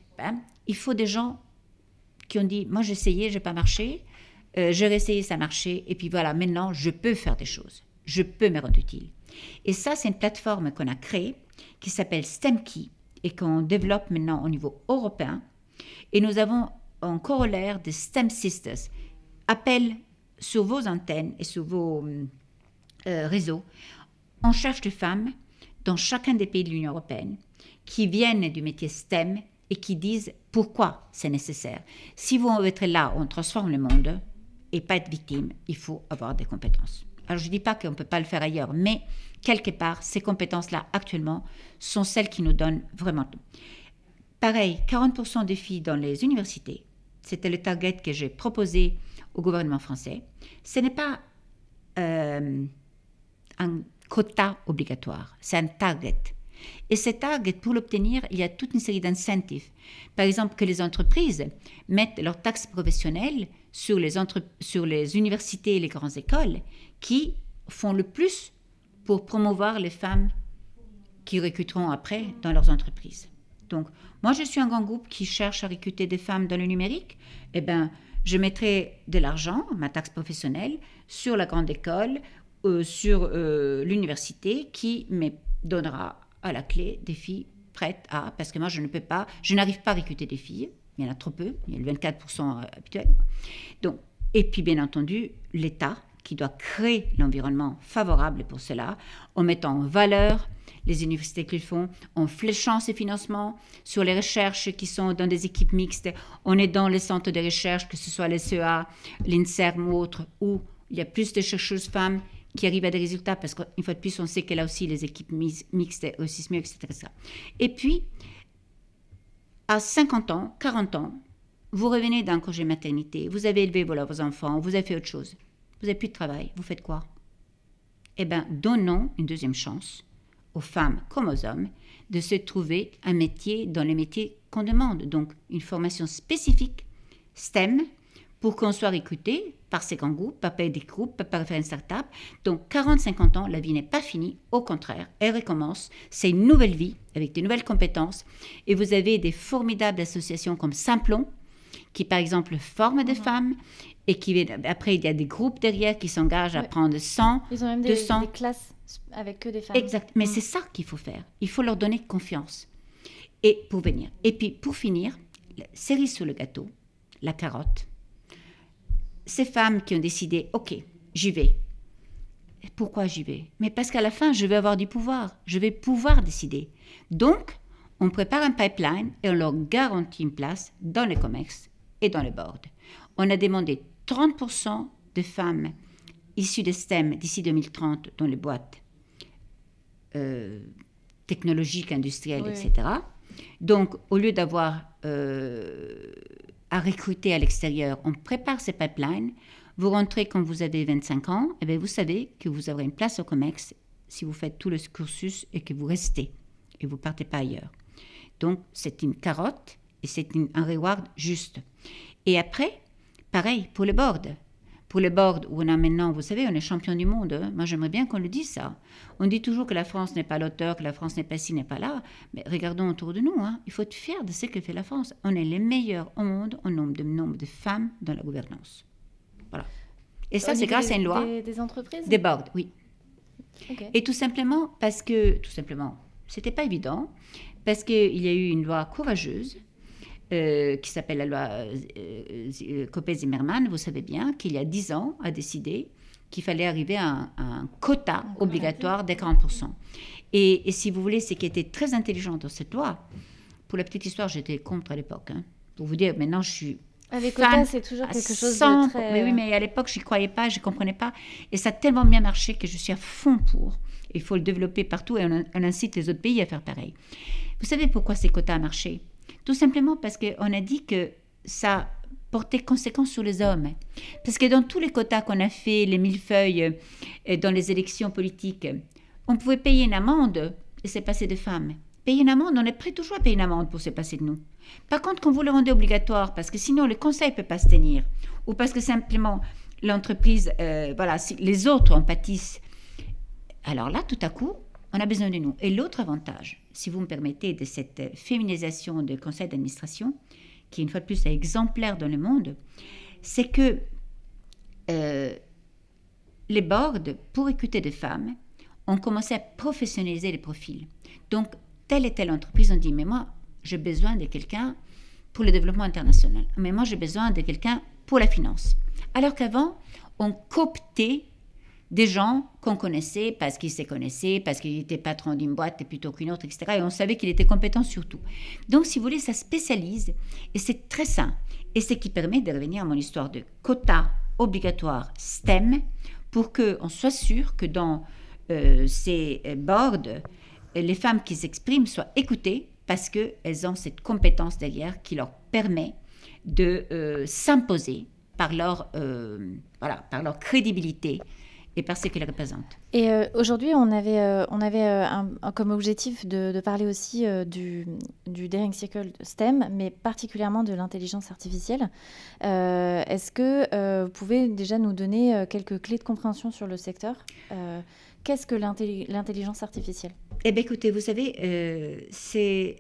il faut des gens qui ont dit « Moi, j'ai essayé, je n'ai pas marché. J'ai réessayé, ça a marché. Et puis voilà, maintenant, je peux faire des choses. Je peux me rendre utile. » Et ça, c'est une plateforme qu'on a créée qui s'appelle STEMkey et qu'on développe maintenant au niveau européen. Et nous avons un corollaire de STEM Sisters. Appel sur vos antennes et sur vos réseaux. On cherche des femmes dans chacun des pays de l'Union européenne qui viennent du métier STEM et qui disent pourquoi c'est nécessaire. Si vous voulez être là, on transforme le monde et pas être victime, il faut avoir des compétences. Alors je ne dis pas qu'on ne peut pas le faire ailleurs, mais quelque part, ces compétences-là actuellement sont celles qui nous donnent vraiment tout. Pareil, 40% des filles dans les universités, c'était le target que j'ai proposé au gouvernement français. Ce n'est pas un quota obligatoire, c'est un target. Et ce target, pour l'obtenir, il y a toute une série d'incentives. Par exemple, que les entreprises mettent leurs taxes professionnelles sur les universités et les grandes écoles qui font le plus pour promouvoir les femmes qui recruteront après dans leurs entreprises. Donc, moi, je suis un grand groupe qui cherche à recruter des femmes dans le numérique. Eh bien, je mettrai de l'argent, ma taxe professionnelle, sur la grande école, sur l'université, qui me donnera à la clé des filles prêtes à... Parce que moi, je n'arrive pas à recruter des filles. Il y en a trop peu. Il y a le 24% habituel. Donc, et puis, bien entendu, l'État qui doit créer l'environnement favorable pour cela, en mettant en valeur les universités qui le font, en fléchant ces financements sur les recherches qui sont dans des équipes mixtes, en aidant les centres de recherche, que ce soit les CEA, l'INSERM ou autres, où il y a plus de chercheuses femmes qui arrivent à des résultats, parce qu'une fois de plus, on sait que là aussi, les équipes mixtes réussissent mieux, etc. Et puis, à 50 ans, 40 ans, vous revenez d'un congé maternité, vous avez élevé vos enfants, vous avez fait autre chose. Vous n'avez plus de travail, vous faites quoi? Eh bien, donnons une deuxième chance aux femmes comme aux hommes de se trouver un métier dans les métiers qu'on demande. Donc, une formation spécifique, STEM, pour qu'on soit recruté par ces grands groupes, par des groupes, par faire une start-up. Donc, 40-50 ans, la vie n'est pas finie. Au contraire, elle recommence. C'est une nouvelle vie avec de nouvelles compétences. Et vous avez des formidables associations comme Simplon, qui, par exemple, forment des femmes. Et après, il y a des groupes derrière qui s'engagent à prendre 100,
Ils ont même
200.
des classes avec que des femmes.
Exact. Mais c'est ça qu'il faut faire. Il faut leur donner confiance. Et pour venir. Et puis, pour finir, la cerise sur le gâteau, la carotte. Ces femmes qui ont décidé, OK, j'y vais. Et pourquoi j'y vais? Mais parce qu'à la fin, je vais avoir du pouvoir. Je vais pouvoir décider. Donc, on prépare un pipeline et on leur garantit une place dans les COMEX et dans les boards. On a demandé 30% de femmes issues de STEM d'ici 2030 dans les boîtes technologiques, industrielles,
Oui.
etc. Donc, au lieu d'avoir à recruter à l'extérieur, on prépare ces pipelines, Vous rentrez quand vous avez 25 ans, et bien vous savez que vous aurez une place au COMEX si vous faites tout le cursus et que vous restez et vous ne partez pas ailleurs. Donc, c'est une carotte et c'est un reward juste. Et après, pareil, pour le board. Pour le board où on a maintenant, vous savez, on est champion du monde. Hein. Moi, j'aimerais bien qu'on le dise, ça. On dit toujours que la France n'est pas l'auteur, que la France n'est pas ci, n'est pas là. Mais regardons autour de nous. Hein. Il faut être fier de ce que fait la France. On est les meilleurs au monde en nombre de femmes dans la gouvernance. Voilà. Et ça, c'est grâce à une loi.
Des entreprises ?
Des boards, oui.
Okay.
Et tout simplement, c'était pas évident, parce qu'il y a eu une loi courageuse, qui s'appelle la loi Copé-Zimmermann, vous savez bien, qu'il y a 10 ans, a décidé qu'il fallait arriver à un quota obligatoire des 40%. Et si vous voulez, ce qui était très intelligent dans cette loi, pour la petite histoire, j'étais contre à l'époque. Hein. Pour vous dire, maintenant, je suis
les quotas, c'est toujours quelque chose de très...
Mais oui, mais à l'époque, je n'y croyais pas, je ne comprenais pas. Et ça a tellement bien marché que je suis à fond pour. Il faut le développer partout et on incite les autres pays à faire pareil. Vous savez pourquoi ces quotas ont marché ? Tout simplement parce qu'on a dit que ça portait conséquence sur les hommes. Parce que dans tous les quotas qu'on a fait, les millefeuilles dans les élections politiques, on pouvait payer une amende et c'est passé de femmes. Payer une amende, on est prêt toujours à payer une amende pour se passer de nous. Par contre, quand vous le rendez obligatoire, parce que sinon le conseil ne peut pas se tenir, ou parce que simplement l'entreprise, si les autres en pâtissent, alors là, tout à coup, on a besoin de nous. Et l'autre avantage, si vous me permettez, de cette féminisation du conseil d'administration, qui une fois de plus est exemplaire dans le monde, c'est que les boards, pour recruter des femmes, ont commencé à professionnaliser les profils. Donc, telle et telle entreprise ont dit, mais moi, j'ai besoin de quelqu'un pour le développement international. Mais moi, j'ai besoin de quelqu'un pour la finance. Alors qu'avant, on cooptait des gens qu'on connaissait parce qu'ils se connaissaient, parce qu'il était patron d'une boîte plutôt qu'une autre, etc. Et on savait qu'il était compétent sur tout. Donc, si vous voulez, ça spécialise et c'est très sain. Et c'est ce qui permet de revenir à mon histoire de quota obligatoire STEM pour qu'on soit sûr que dans ces boards, les femmes qui s'expriment soient écoutées parce qu'elles ont cette compétence derrière qui leur permet de s'imposer par leur crédibilité et par ce qu'elles représentent.
Et aujourd'hui, on avait comme objectif de parler aussi du Daring Circle STEM, mais particulièrement de l'intelligence artificielle. Est-ce que vous pouvez déjà nous donner quelques clés de compréhension sur le secteur ? Qu'est-ce que l'intelligence artificielle ?
Eh bien, écoutez, vous savez, c'est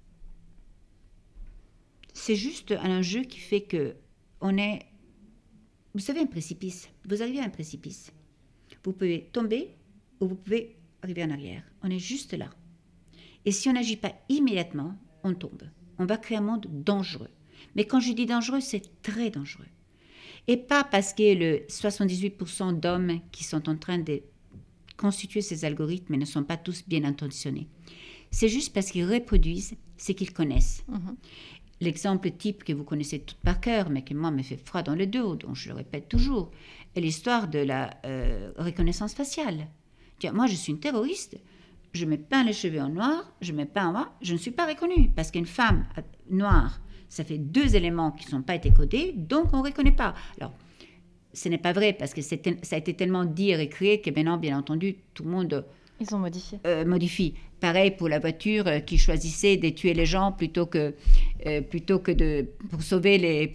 juste un jeu qui fait que on est... Vous savez, un précipice. Vous arrivez à un précipice. Vous pouvez tomber ou vous pouvez arriver en arrière. On est juste là. Et si on n'agit pas immédiatement, on tombe. On va créer un monde dangereux. Mais quand je dis dangereux, c'est très dangereux. Et pas parce que le 78% d'hommes qui sont en train de constituer ces algorithmes ne sont pas tous bien intentionnés. C'est juste parce qu'ils reproduisent ce qu'ils connaissent. Mm-hmm. L'exemple type que vous connaissez tout par cœur, mais qui moi me fait froid dans le dos, dont je le répète toujours, est l'histoire de la reconnaissance faciale. Moi, je suis une terroriste, je me peins les cheveux en noir, je me peins en noir, je ne suis pas reconnue, parce qu'une femme noire, ça fait 2 éléments qui n'ont pas été codés, donc on ne reconnaît pas. Alors, ce n'est pas vrai, parce que ça a été tellement dit et récréé que maintenant, bien entendu, tout le monde...
Ils ont modifié.
Modifie. Pareil pour la voiture qui choisissait de tuer les gens plutôt que pour sauver les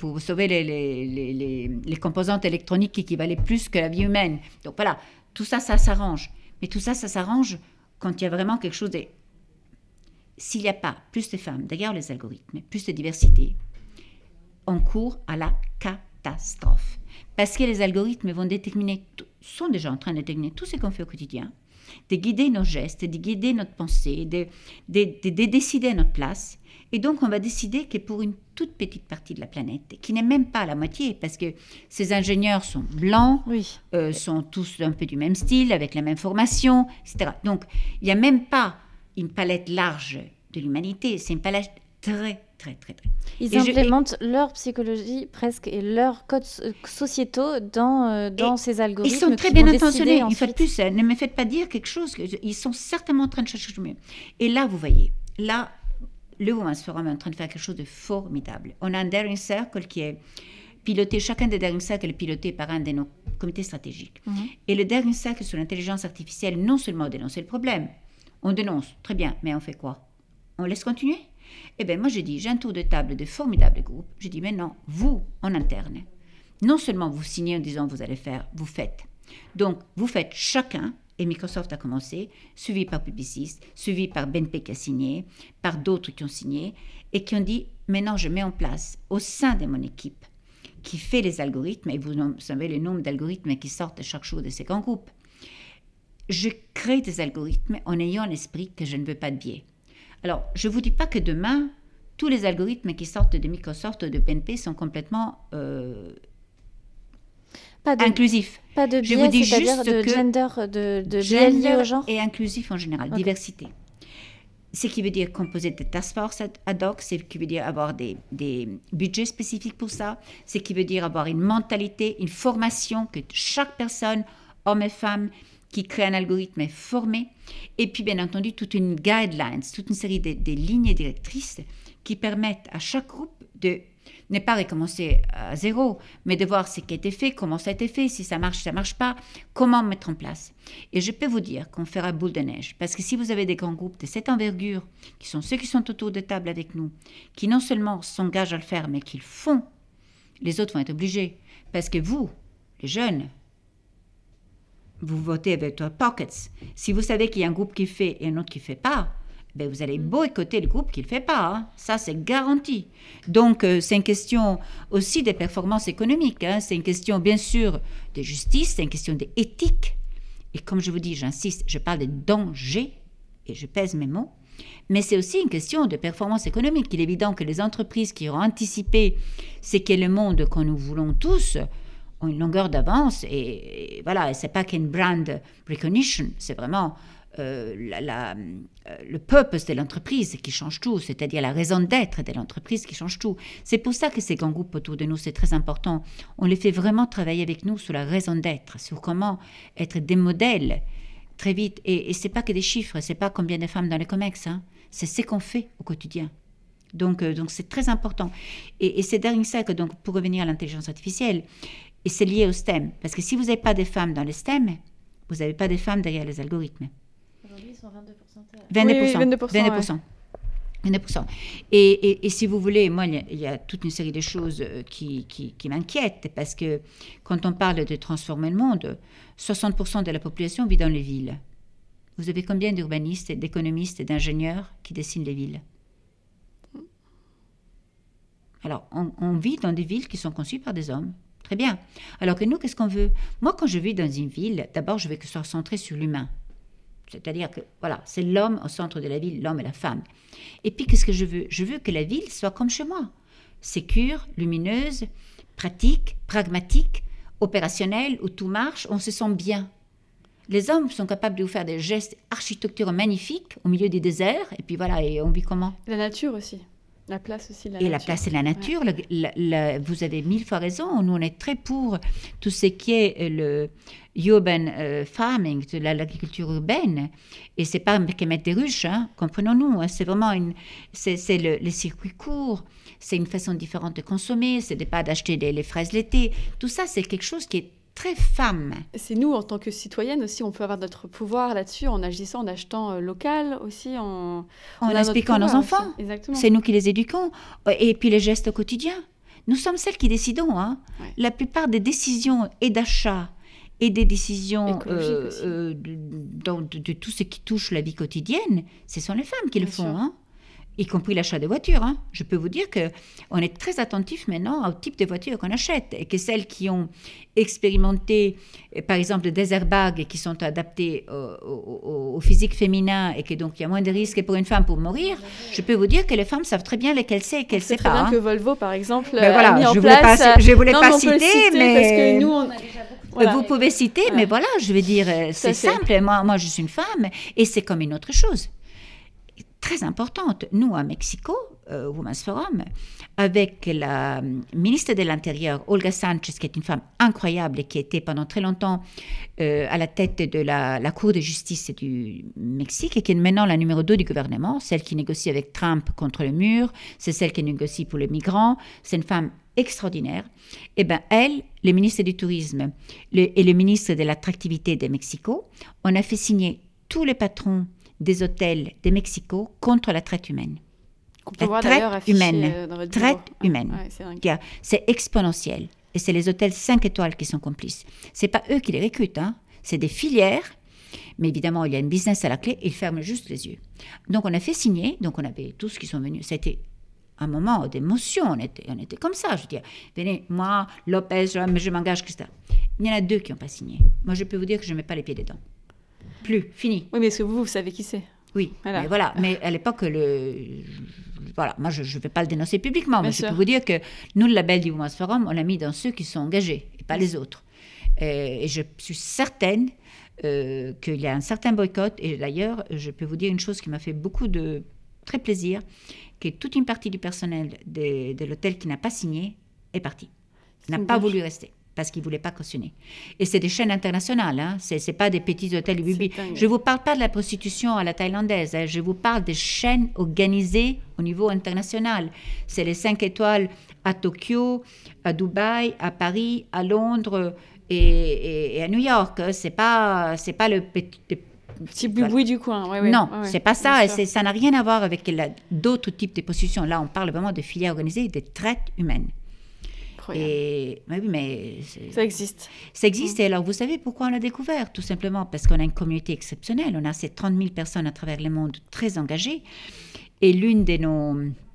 composantes électroniques qui valaient plus que la vie humaine. Donc voilà, tout ça, ça s'arrange. Mais tout ça, ça s'arrange quand il y a vraiment quelque chose de... S'il n'y a pas plus de femmes derrière les algorithmes, plus de diversité, on court à la catastrophe. Parce que les algorithmes sont déjà en train de déterminer tout ce qu'on fait au quotidien, de guider nos gestes, de guider notre pensée, de décider à notre place. Et donc, on va décider que pour une toute petite partie de la planète, qui n'est même pas la moitié, parce que ces ingénieurs sont blancs, oui. Sont tous un peu du même style, avec la même formation, etc. Donc, il n'y a même pas une palette large de l'humanité, c'est une palette très, très, très, très.
Ils implémentent leur psychologie presque et leurs codes sociétaux dans ces algorithmes.
Ils sont très bien intentionnés. Une fois de plus, ne me faites pas dire quelque chose. Ils sont certainement en train de chercher le mieux. Et là, vous voyez, là, le Women's Forum est en train de faire quelque chose de formidable. On a un Daring Circle qui est chacun des derniers cercles est piloté par un de nos comités stratégiques. Et le dernier cercle sur l'intelligence artificielle, non seulement dénoncer le problème, on dénonce, très bien, mais on fait quoi? On laisse continuer? Eh bien, moi, j'ai un tour de table de formidables groupes. J'ai dit, maintenant, vous, en interne, non seulement vous signez en disant vous allez faire, vous faites. Donc, vous faites chacun, et Microsoft a commencé, suivi par Publicis, suivi par BNP qui a signé, par d'autres qui ont signé, et qui ont dit, maintenant, je mets en place, au sein de mon équipe, qui fait les algorithmes, et vous savez le nombre d'algorithmes qui sortent chaque jour de ces grands groupes, je crée des algorithmes en ayant l'esprit que je ne veux pas de biais. Alors, je ne vous dis pas que demain, tous les algorithmes qui sortent de Microsoft ou de BNP sont complètement inclusifs.
Pas de
je vous
biais,
dis
c'est-à-dire
juste
de
que
gender, de biais liés au genre.
Et inclusif en général, diversité. Ce qui veut dire composer des task force ad hoc, ce qui veut dire avoir des budgets spécifiques pour ça, ce qui veut dire avoir une mentalité, une formation que chaque personne, homme et femme, qui crée un algorithme est formé, et puis bien entendu toute une guidelines, toute une série de lignes directrices qui permettent à chaque groupe de ne pas recommencer à zéro, mais de voir ce qui a été fait, comment ça a été fait, si ça marche pas, comment mettre en place. Et je peux vous dire qu'on fera boule de neige, parce que si vous avez des grands groupes de cette envergure, qui sont ceux qui sont autour de table avec nous, qui non seulement s'engagent à le faire, mais qui le font, les autres vont être obligés. Parce que vous, les jeunes, vous votez avec votre pockets. Si vous savez qu'il y a un groupe qui fait et un autre qui ne fait pas, ben vous allez boycotter le groupe qui ne le fait pas. Hein. Ça, c'est garanti. Donc, c'est une question aussi des performances économiques. Hein. C'est une question, bien sûr, de justice. C'est une question d'éthique. Et comme je vous dis, j'insiste, je parle de danger, et je pèse mes mots. Mais c'est aussi une question de performance économique. Il est évident que les entreprises qui auront anticipé ce qu'est le monde que nous voulons tous ont une longueur d'avance. Et voilà, ce n'est pas qu'une brand recognition, c'est vraiment le purpose de l'entreprise qui change tout, c'est-à-dire la raison d'être de l'entreprise qui change tout. C'est pour ça que ces grands groupes autour de nous, c'est très important. On les fait vraiment travailler avec nous sur la raison d'être, sur comment être des modèles très vite. Et ce n'est pas que des chiffres, ce n'est pas combien de femmes dans les COMEX, hein. C'est ce qu'on fait au quotidien. Donc c'est très important. Et c'est dernier ça que, donc, pour revenir à l'intelligence artificielle, et c'est lié au STEM, parce que si vous n'avez pas de femmes dans les STEM, vous n'avez pas de femmes derrière les algorithmes.
Aujourd'hui, ils sont 22%.
22%. 22%. Et si vous voulez, moi, il y a toute une série de choses qui m'inquiètent, parce que quand on parle de transformer le monde, 60% de la population vit dans les villes. Vous avez combien d'urbanistes, d'économistes et d'ingénieurs qui dessinent les villes? Alors, on vit dans des villes qui sont conçues par des hommes. Très bien. Alors que nous, qu'est-ce qu'on veut? Moi, quand je vis dans une ville, d'abord, je veux que ce soit centré sur l'humain. C'est-à-dire que, voilà, c'est l'homme au centre de la ville, l'homme et la femme. Et puis, qu'est-ce que je veux? Je veux que la ville soit comme chez moi. Sécure, lumineuse, pratique, pragmatique, opérationnelle, où tout marche, on se sent bien. Les hommes sont capables de vous faire des gestes architecturaux magnifiques au milieu des déserts, et puis voilà, et on vit comment?
La nature aussi. La place aussi de la
nature. Et
la
place de la nature, ouais. Vous avez 1000 fois raison. Nous, on est très pour tout ce qui est le urban farming, l'agriculture urbaine. Et ce n'est pas que mettre des ruches, hein, comprenons-nous. Hein, c'est vraiment c'est les circuits courts, c'est une façon différente de consommer, ce n'est pas d'acheter les fraises l'été. Tout ça, c'est quelque chose qui est très femme.
C'est nous, en tant que citoyennes aussi, on peut avoir notre pouvoir là-dessus en agissant, en achetant local aussi. En
expliquant à nos enfants.
Exactement.
C'est nous qui les éduquons. Et puis les gestes au quotidien. Nous sommes celles qui décidons. Hein. Ouais. La plupart des décisions et d'achat et des décisions de tout ce qui touche la vie quotidienne, ce sont les femmes qui le font. Hein. Y compris l'achat de voitures. Hein. Je peux vous dire qu'on est très attentif maintenant au type de voiture qu'on achète et que celles qui ont expérimenté, par exemple, des airbags qui sont adaptés au physique féminin et que donc il y a moins de risques pour une femme pour mourir, je peux vous dire que les femmes savent très bien lesquelles c'est et quelles c'est pas.
C'est très bien
hein.
que Volvo, par exemple,
voilà,
a mis en place...
Je ne voulais pas citer, mais...
Parce que nous, on a déjà beaucoup...
Voilà. Vous pouvez citer, mais voilà, je veux dire, c'est simple. Moi, je suis une femme et c'est comme une autre chose. Très importante. Nous, à Mexico, Women's Forum, avec la ministre de l'Intérieur, Olga Sánchez, qui est une femme incroyable et qui était pendant très longtemps à la tête de la Cour de justice du Mexique et qui est maintenant la numéro 2 du gouvernement, celle qui négocie avec Trump contre le mur, c'est celle qui négocie pour les migrants. C'est une femme extraordinaire. Eh bien, elle, le ministre du Tourisme et le ministre de l'Attractivité de Mexico, on a fait signer tous les patrons des hôtels de Mexico contre la traite humaine.
Qu'on peut voir d'ailleurs affiché dans votre bureau.
Traite humaine.
Ouais, c'est dingue.
C'est exponentiel. Et c'est les hôtels 5 étoiles qui sont complices. Ce n'est pas eux qui les recrutent, hein. C'est des filières. Mais évidemment, il y a une business à la clé. Ils ferment juste les yeux. Donc, on a fait signer. Donc, on avait tous qui sont venus. C'était un moment d'émotion. On était comme ça. Je veux dire, venez, moi, Lopez, je m'engage, Christa. Il y en a 2 qui n'ont pas signé. Moi, je peux vous dire que je ne mets pas les pieds dedans. Plus, fini.
Oui, mais est-ce que vous savez qui c'est?
Oui,
voilà.
Mais voilà. Mais à l'époque, voilà, moi, je ne vais pas le dénoncer publiquement, mais je peux vous dire que nous, le label du Women's Forum, on l'a mis dans ceux qui sont engagés, et pas les autres. Et je suis certaine qu'il y a un certain boycott. Et d'ailleurs, je peux vous dire une chose qui m'a fait beaucoup de très plaisir, que toute une partie du personnel de l'hôtel qui n'a pas signé est partie. N'a pas voulu rester. Parce qu'ils ne voulaient pas cautionner. Et c'est des chaînes internationales, hein. Ce n'est pas des petits hôtels Bibi. Je ne vous parle pas de la prostitution à la thaïlandaise, hein. Je vous parle des chaînes organisées au niveau international. C'est les 5 étoiles à Tokyo, à Dubaï, à Paris, à Londres et à New York. Ce n'est pas le
petit boui du coin.
Non, c'est pas ça. Et ça n'a rien à voir avec d'autres types de prostitution. Là, on parle vraiment de filières organisées, de traite humaine. Et oui, mais
ça existe.
Ça existe. Et alors, vous savez pourquoi on l'a découvert? Tout simplement parce qu'on a une communauté exceptionnelle. On a ces 30 000 personnes à travers le monde très engagées. Et l'une de nos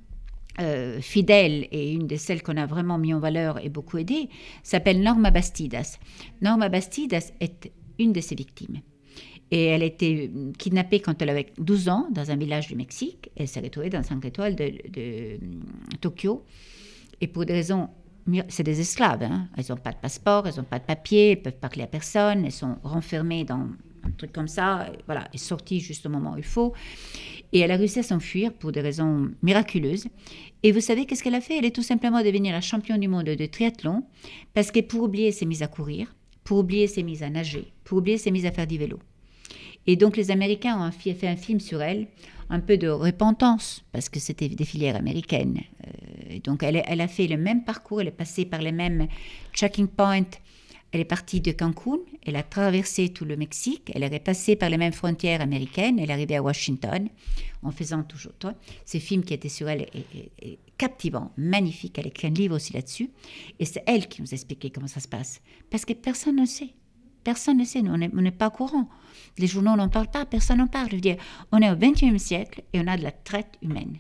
fidèles et une de celles qu'on a vraiment mis en valeur et beaucoup aidée s'appelle Norma Bastidas. Norma Bastidas est une de ses victimes. Et elle a été kidnappée quand elle avait 12 ans dans un village du Mexique. Elle s'est retrouvée dans 5 étoiles de Tokyo. Et pour des raisons... C'est des esclaves, hein. Elles n'ont pas de passeport, elles n'ont pas de papier, elles ne peuvent parler à personne, elles sont renfermées dans un truc comme ça, et voilà, elles sont sorties juste au moment où il faut. Et elle a réussi à s'enfuir pour des raisons miraculeuses. Et vous savez qu'est-ce qu'elle a fait? Elle est tout simplement devenue la championne du monde de triathlon, parce que pour oublier, elle s'est mise à courir, pour oublier, elle s'est mise à nager, pour oublier, elle s'est mise à faire du vélo. Et donc les Américains ont fait un film sur elle, un peu de repentance, parce que c'était des filières américaines. Et donc elle a fait le même parcours, elle est passée par les mêmes checking points. Elle est partie de Cancun, elle a traversé tout le Mexique, elle est passée par les mêmes frontières américaines, elle est arrivée à Washington, en faisant toujours... Ce film qui était sur elle est captivant, magnifique, elle a écrit un livre aussi là-dessus. Et c'est elle qui nous a expliqué comment ça se passe. Parce que personne ne sait. Personne ne sait, on n'est pas au courant. Les journaux n'en parlent pas, personne n'en parle. Je veux dire, on est au XXIe siècle et on a de la traite humaine.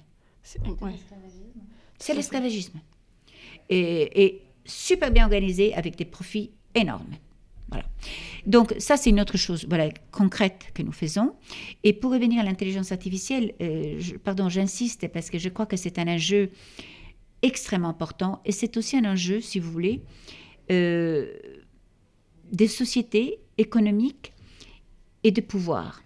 C'est l'esclavagisme. Et super bien organisé avec des profits énormes. Voilà. Donc ça, c'est une autre chose concrète que nous faisons. Et pour revenir à l'intelligence artificielle, j'insiste parce que je crois que c'est un enjeu extrêmement important. Et c'est aussi un enjeu, si vous voulez... des sociétés économiques et de pouvoir.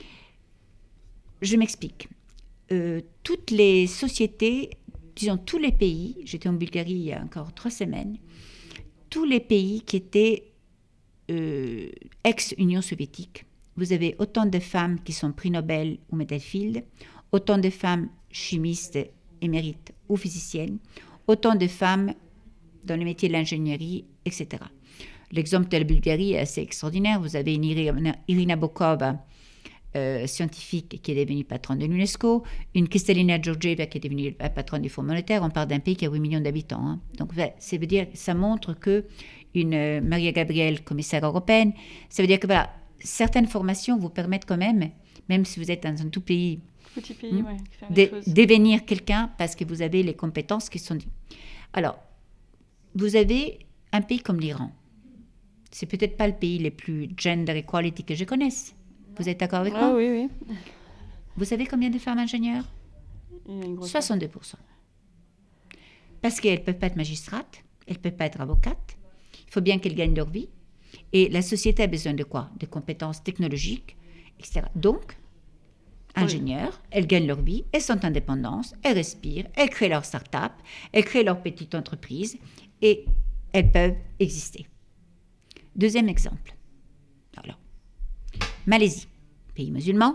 Je m'explique. Toutes les sociétés, disons tous les pays, j'étais en Bulgarie il y a encore 3 semaines, tous les pays qui étaient ex-Union soviétique, vous avez autant de femmes qui sont prix Nobel ou médaille Fields, autant de femmes chimistes émérites ou physiciennes, autant de femmes dans le métier de l'ingénierie, etc. L'exemple de la Bulgarie est assez extraordinaire. Vous avez une Irina Bokova, scientifique, qui est devenue patronne de l'UNESCO, une Kristalina Georgieva qui est devenue patronne du Fonds monétaire. On parle d'un pays qui a 8 millions d'habitants. Hein. Donc, ça montre qu'une Maria Gabriel, commissaire européenne, ça veut dire que certaines formations vous permettent quand même si vous êtes dans un tout petit pays, devenir quelqu'un parce que vous avez les compétences qui sont... Alors, vous avez un pays comme l'Iran. C'est peut-être pas le pays le plus gender equality que je connaisse. Vous êtes d'accord avec moi?
Oui.
Vous savez combien de femmes ingénieures? 62%. Parce qu'elles ne peuvent pas être magistrates, elles ne peuvent pas être avocates. Il faut bien qu'elles gagnent leur vie. Et la société a besoin de quoi? De compétences technologiques, etc. Donc, ingénieures, elles gagnent leur vie, elles sont indépendantes, elles respirent, elles créent leur start-up, elles créent leur petite entreprise et elles peuvent exister. Deuxième exemple. Alors, Malaisie, pays musulman,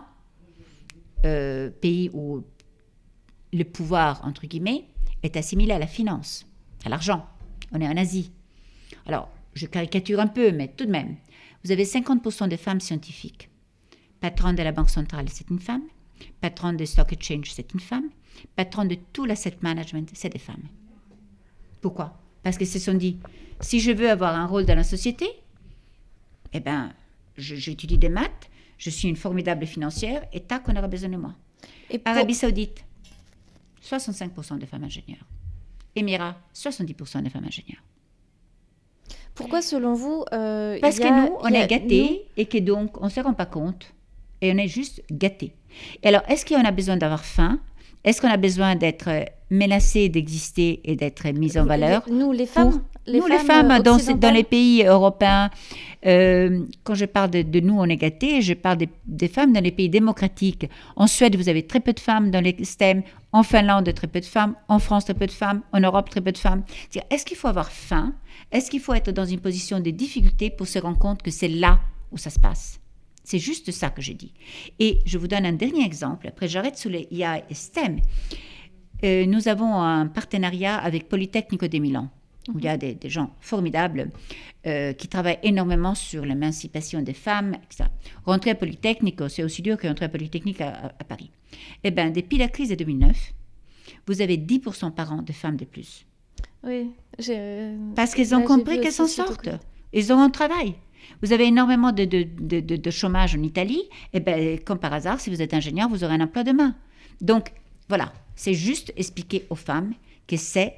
pays où le pouvoir, entre guillemets, est assimilé à la finance, à l'argent. on est en Asie. Alors, je caricature un peu, mais tout de même. Vous avez 50% de femmes scientifiques. Patronne de la Banque centrale, c'est une femme. Patronne des Stock Exchange, c'est une femme. Patronne de tout l'asset management, c'est des femmes. Pourquoi? Parce qu'elles se sont dit, si je veux avoir un rôle dans la société, eh ben, j'étudie des maths, je suis une formidable financière, et tac, on aura besoin de moi. Arabie Saoudite, 65% de femmes ingénieures. Émirats, 70% de femmes ingénieures.
Pourquoi, selon vous,
Parce que nous, on est gâtés et que donc, on ne se rend pas compte. Et on est juste gâtés. Et alors, est-ce qu'on a besoin d'avoir faim? Est-ce qu'on a besoin d'être menacé d'exister et d'être mis en valeur?
Nous, les femmes,
les femmes dans les pays européens, quand je parle de nous, on est gâtés, je parle des femmes dans les pays démocratiques. En Suède, vous avez très peu de femmes dans les STEM. En Finlande, très peu de femmes. En France, très peu de femmes. En Europe, très peu de femmes. Est-ce qu'il faut avoir faim? Est-ce qu'il faut être dans une position de difficulté pour se rendre compte que c'est là où ça se passe? C'est juste ça que j'ai dit. Et je vous donne un dernier exemple. Après, j'arrête sur les IA et STEM. Nous avons un partenariat avec Politecnico de Milan, où il y a des gens formidables qui travaillent énormément sur l'émancipation des femmes, etc. Rentrer à Politecnico, c'est aussi dur que rentrer à Polytechnique à Paris. Eh bien, depuis la crise de 2009, vous avez 10% par an de femmes de plus.
Oui.
Parce qu'elles ont compris qu'elles s'en sortent. Ils ont un travail. Vous avez énormément de chômage en Italie. Et bien, comme par hasard, si vous êtes ingénieur, vous aurez un emploi demain. Donc, voilà. C'est juste expliquer aux femmes que c'est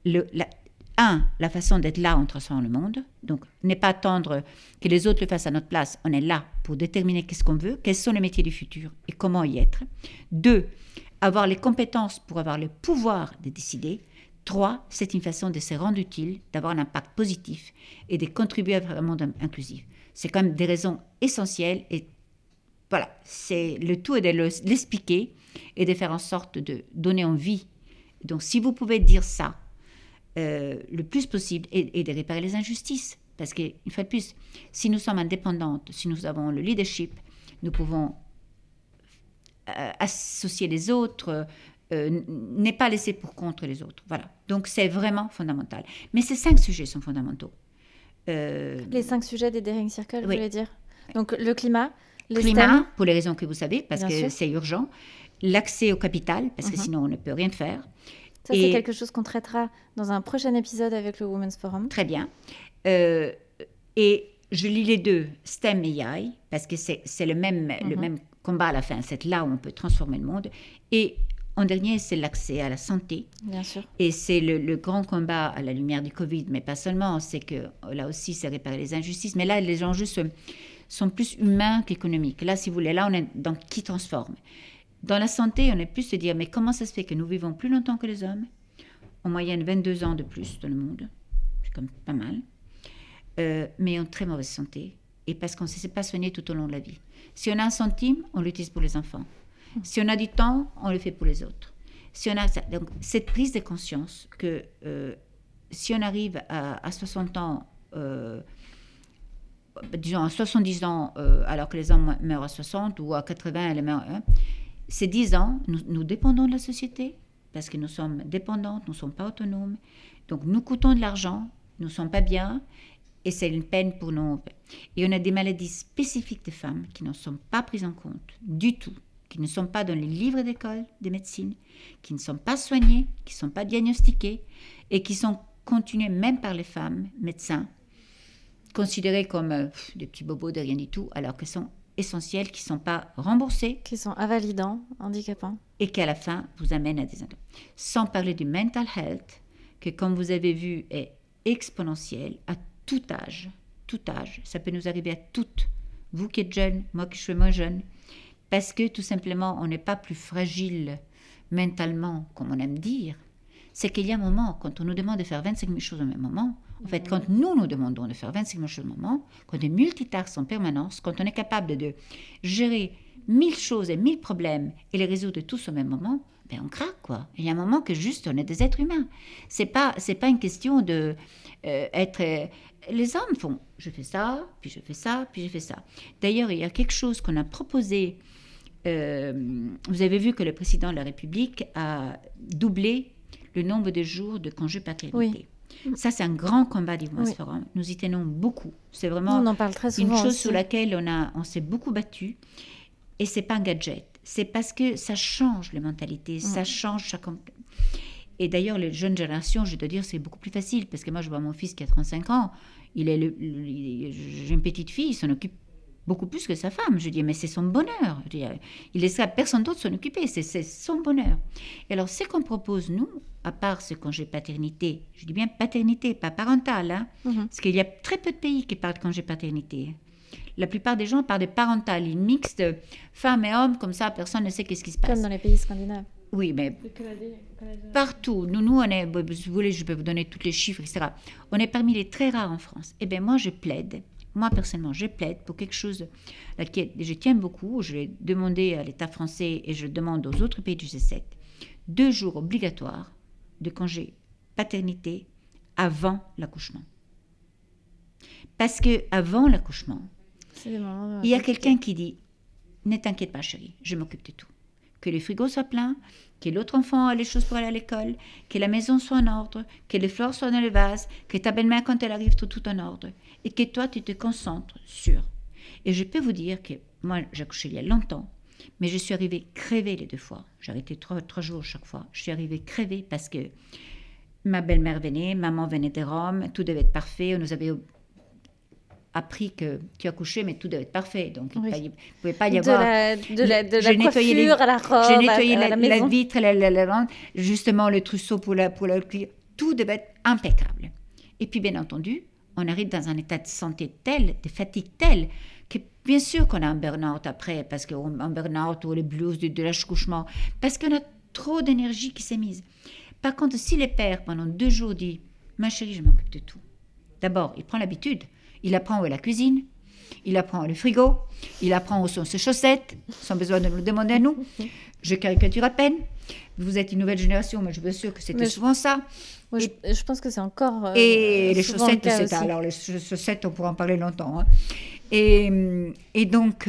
la façon d'être là en transformant le monde. Donc, ne pas attendre que les autres le fassent à notre place. On est là pour déterminer qu'est-ce qu'on veut, quels sont les métiers du futur et comment y être. 2, avoir les compétences pour avoir le pouvoir de décider. 3, c'est une façon de se rendre utile, d'avoir un impact positif et de contribuer à un monde inclusif. C'est quand même des raisons essentielles et voilà, c'est le tout est de l'expliquer et de faire en sorte de donner envie. Donc, si vous pouvez dire ça le plus possible et de réparer les injustices, parce qu'une fois de plus, si nous sommes indépendantes, si nous avons le leadership, nous pouvons associer les autres, n'est pas laissé pour contre les autres. Voilà. Donc, c'est vraiment fondamental. Mais ces 5 sujets sont fondamentaux.
Les 5 sujets des Daring Circle,
oui.
vous voulez dire? Donc, le climat, les
climat,
STEM,
pour les raisons que vous savez, parce
Bien
que
sûr.
c'est urgent. L'accès au capital, parce que sinon, on ne peut rien faire.
Ça, c'est quelque chose qu'on traitera dans un prochain épisode avec le Women's Forum.
Très bien. Et je lis les deux, STEM et AI, parce que c'est le même combat à la fin. C'est là où on peut transformer le monde. Et en dernier, c'est l'accès à la santé.
Bien sûr.
Et c'est le grand combat à la lumière du Covid, mais pas seulement. C'est que là aussi, c'est réparer les injustices. Mais là, les enjeux sont plus humains qu'économiques. Là, si vous voulez, là, on est dans qui transforme. Dans la santé, on est plus se dire, mais comment ça se fait que nous vivons plus longtemps que les hommes? En moyenne, 22 ans de plus dans le monde. C'est comme pas mal. Mais en très mauvaise santé. Et parce qu'on ne se sait pas soigner tout au long de la vie. Si on a un centime, on l'utilise pour les enfants. Si on a du temps, on le fait pour les autres. Si on a ça, donc cette prise de conscience que si on arrive à 60 ans, disons à 70 ans, alors que les hommes meurent à 60 ou à 80, les meurent, ces 10 ans, nous dépendons de la société parce que nous sommes dépendantes, nous ne sommes pas autonomes. Donc nous coûtons de l'argent, nous ne sommes pas bien et c'est une peine pour nous. Et on a des maladies spécifiques des femmes qui ne sont pas prises en compte du tout, qui ne sont pas dans les livres d'école de médecine, qui ne sont pas soignées, qui ne sont pas diagnostiquées et qui sont continuées même par les femmes médecins, considérées comme des petits bobos de rien du tout, alors qu'elles sont essentielles, qui ne sont pas remboursées.
Qui sont invalidants, handicapants.
Et qui à la fin vous amènent à des... Sans parler du mental health, que comme vous avez vu est exponentiel à tout âge. Tout âge. Ça peut nous arriver à toutes. Vous qui êtes jeune, moi qui suis moins jeune. Parce que tout simplement, on n'est pas plus fragile mentalement, comme on aime dire. C'est qu'il y a un moment, quand on nous demande de faire 25 000 choses au même moment, en fait, quand nous demandons de faire 25 000 choses au même moment, quand on est multitâche en permanence, quand on est capable de gérer 1000 choses et 1000 problèmes et les résoudre tous au même moment, ben on craque, quoi. Il y a un moment que juste, on est des êtres humains. C'est pas une question de être... les hommes font, je fais ça, puis je fais ça, puis je fais ça. D'ailleurs, il y a quelque chose qu'on a proposé. Vous avez vu que le président de la République a doublé le nombre de jours de congé paternité. Oui. Ça, c'est un grand combat du Women's Forum. Nous y tenons beaucoup. C'est vraiment
on en parle très souvent
une chose
aussi.
sur laquelle on s'est beaucoup battu. Et c'est pas un gadget. C'est parce que ça change les mentalités, ça change chaque... Et d'ailleurs, les jeunes générations, je dois dire, c'est beaucoup plus facile. Parce que moi, je vois mon fils qui a 35 ans. J'ai une petite fille, il s'en occupe beaucoup plus que sa femme. Je dis, mais c'est son bonheur. Il laisse personne d'autre s'en occuper. C'est son bonheur. Et alors, ce qu'on propose, nous, à part ce congé paternité, je dis bien paternité, pas parental, hein, parce qu'il y a très peu de pays qui parlent de congé paternité. La plupart des gens parlent de parental, ils mixent femmes et hommes, comme ça, personne ne sait qu'est-ce qui se passe.
Comme dans les pays scandinaves.
Oui, mais partout. Nous, on est, si vous voulez, je peux vous donner tous les chiffres, etc. On est parmi les très rares en France. Eh bien, moi, personnellement, je plaide pour quelque chose à laquelle je tiens beaucoup. Je l'ai demandé à l'État français et je le demande aux autres pays du G7. 2 jours obligatoires de congé paternité avant l'accouchement. Parce qu'avant l'accouchement, il y a quelqu'un qui dit « Ne t'inquiète pas, chérie, je m'occupe de tout. Que le frigo soit plein, que l'autre enfant ait les choses pour aller à l'école, que la maison soit en ordre, que les fleurs soient dans le vase, que ta belle-mère, quand elle arrive, tout en ordre. Et que toi, tu te concentres sur. » Et je peux vous dire que moi, j'ai accouché il y a longtemps, mais je suis arrivée crevée les 2 fois. J'ai arrêté 3 jours chaque fois. Je suis arrivée crevée parce que ma belle-mère venait, maman venait de Rome, tout devait être parfait. On nous avait appris que tu as couché, mais tout devait être parfait. Donc, il ne pouvait pas y avoir...
De la coiffure à la robe,
j'ai nettoyé
à la maison.
la vitre, la justement le trousseau pour la cuire. Tout devait être impeccable. Et puis, bien entendu, on arrive dans un état de santé tel, de fatigue tel, que bien sûr qu'on a un burn-out après, parce qu'un burn-out ou le blues de l'accouchement, parce qu'on a trop d'énergie qui s'est mise. Par contre, si le père, pendant 2 jours, dit « Ma chérie, je m'occupe de tout », d'abord, il prend l'habitude. Il apprend où est la cuisine, il apprend le frigo, il apprend où sont ses chaussettes, sans besoin de nous le demander à nous. Je caricature à peine. Vous êtes une nouvelle génération, mais je suis sûre que c'était souvent ça.
Moi, je pense que c'est encore
et les
chaussettes,
c'est ça. Alors, les chaussettes, on pourra en parler longtemps. Hein. Et donc,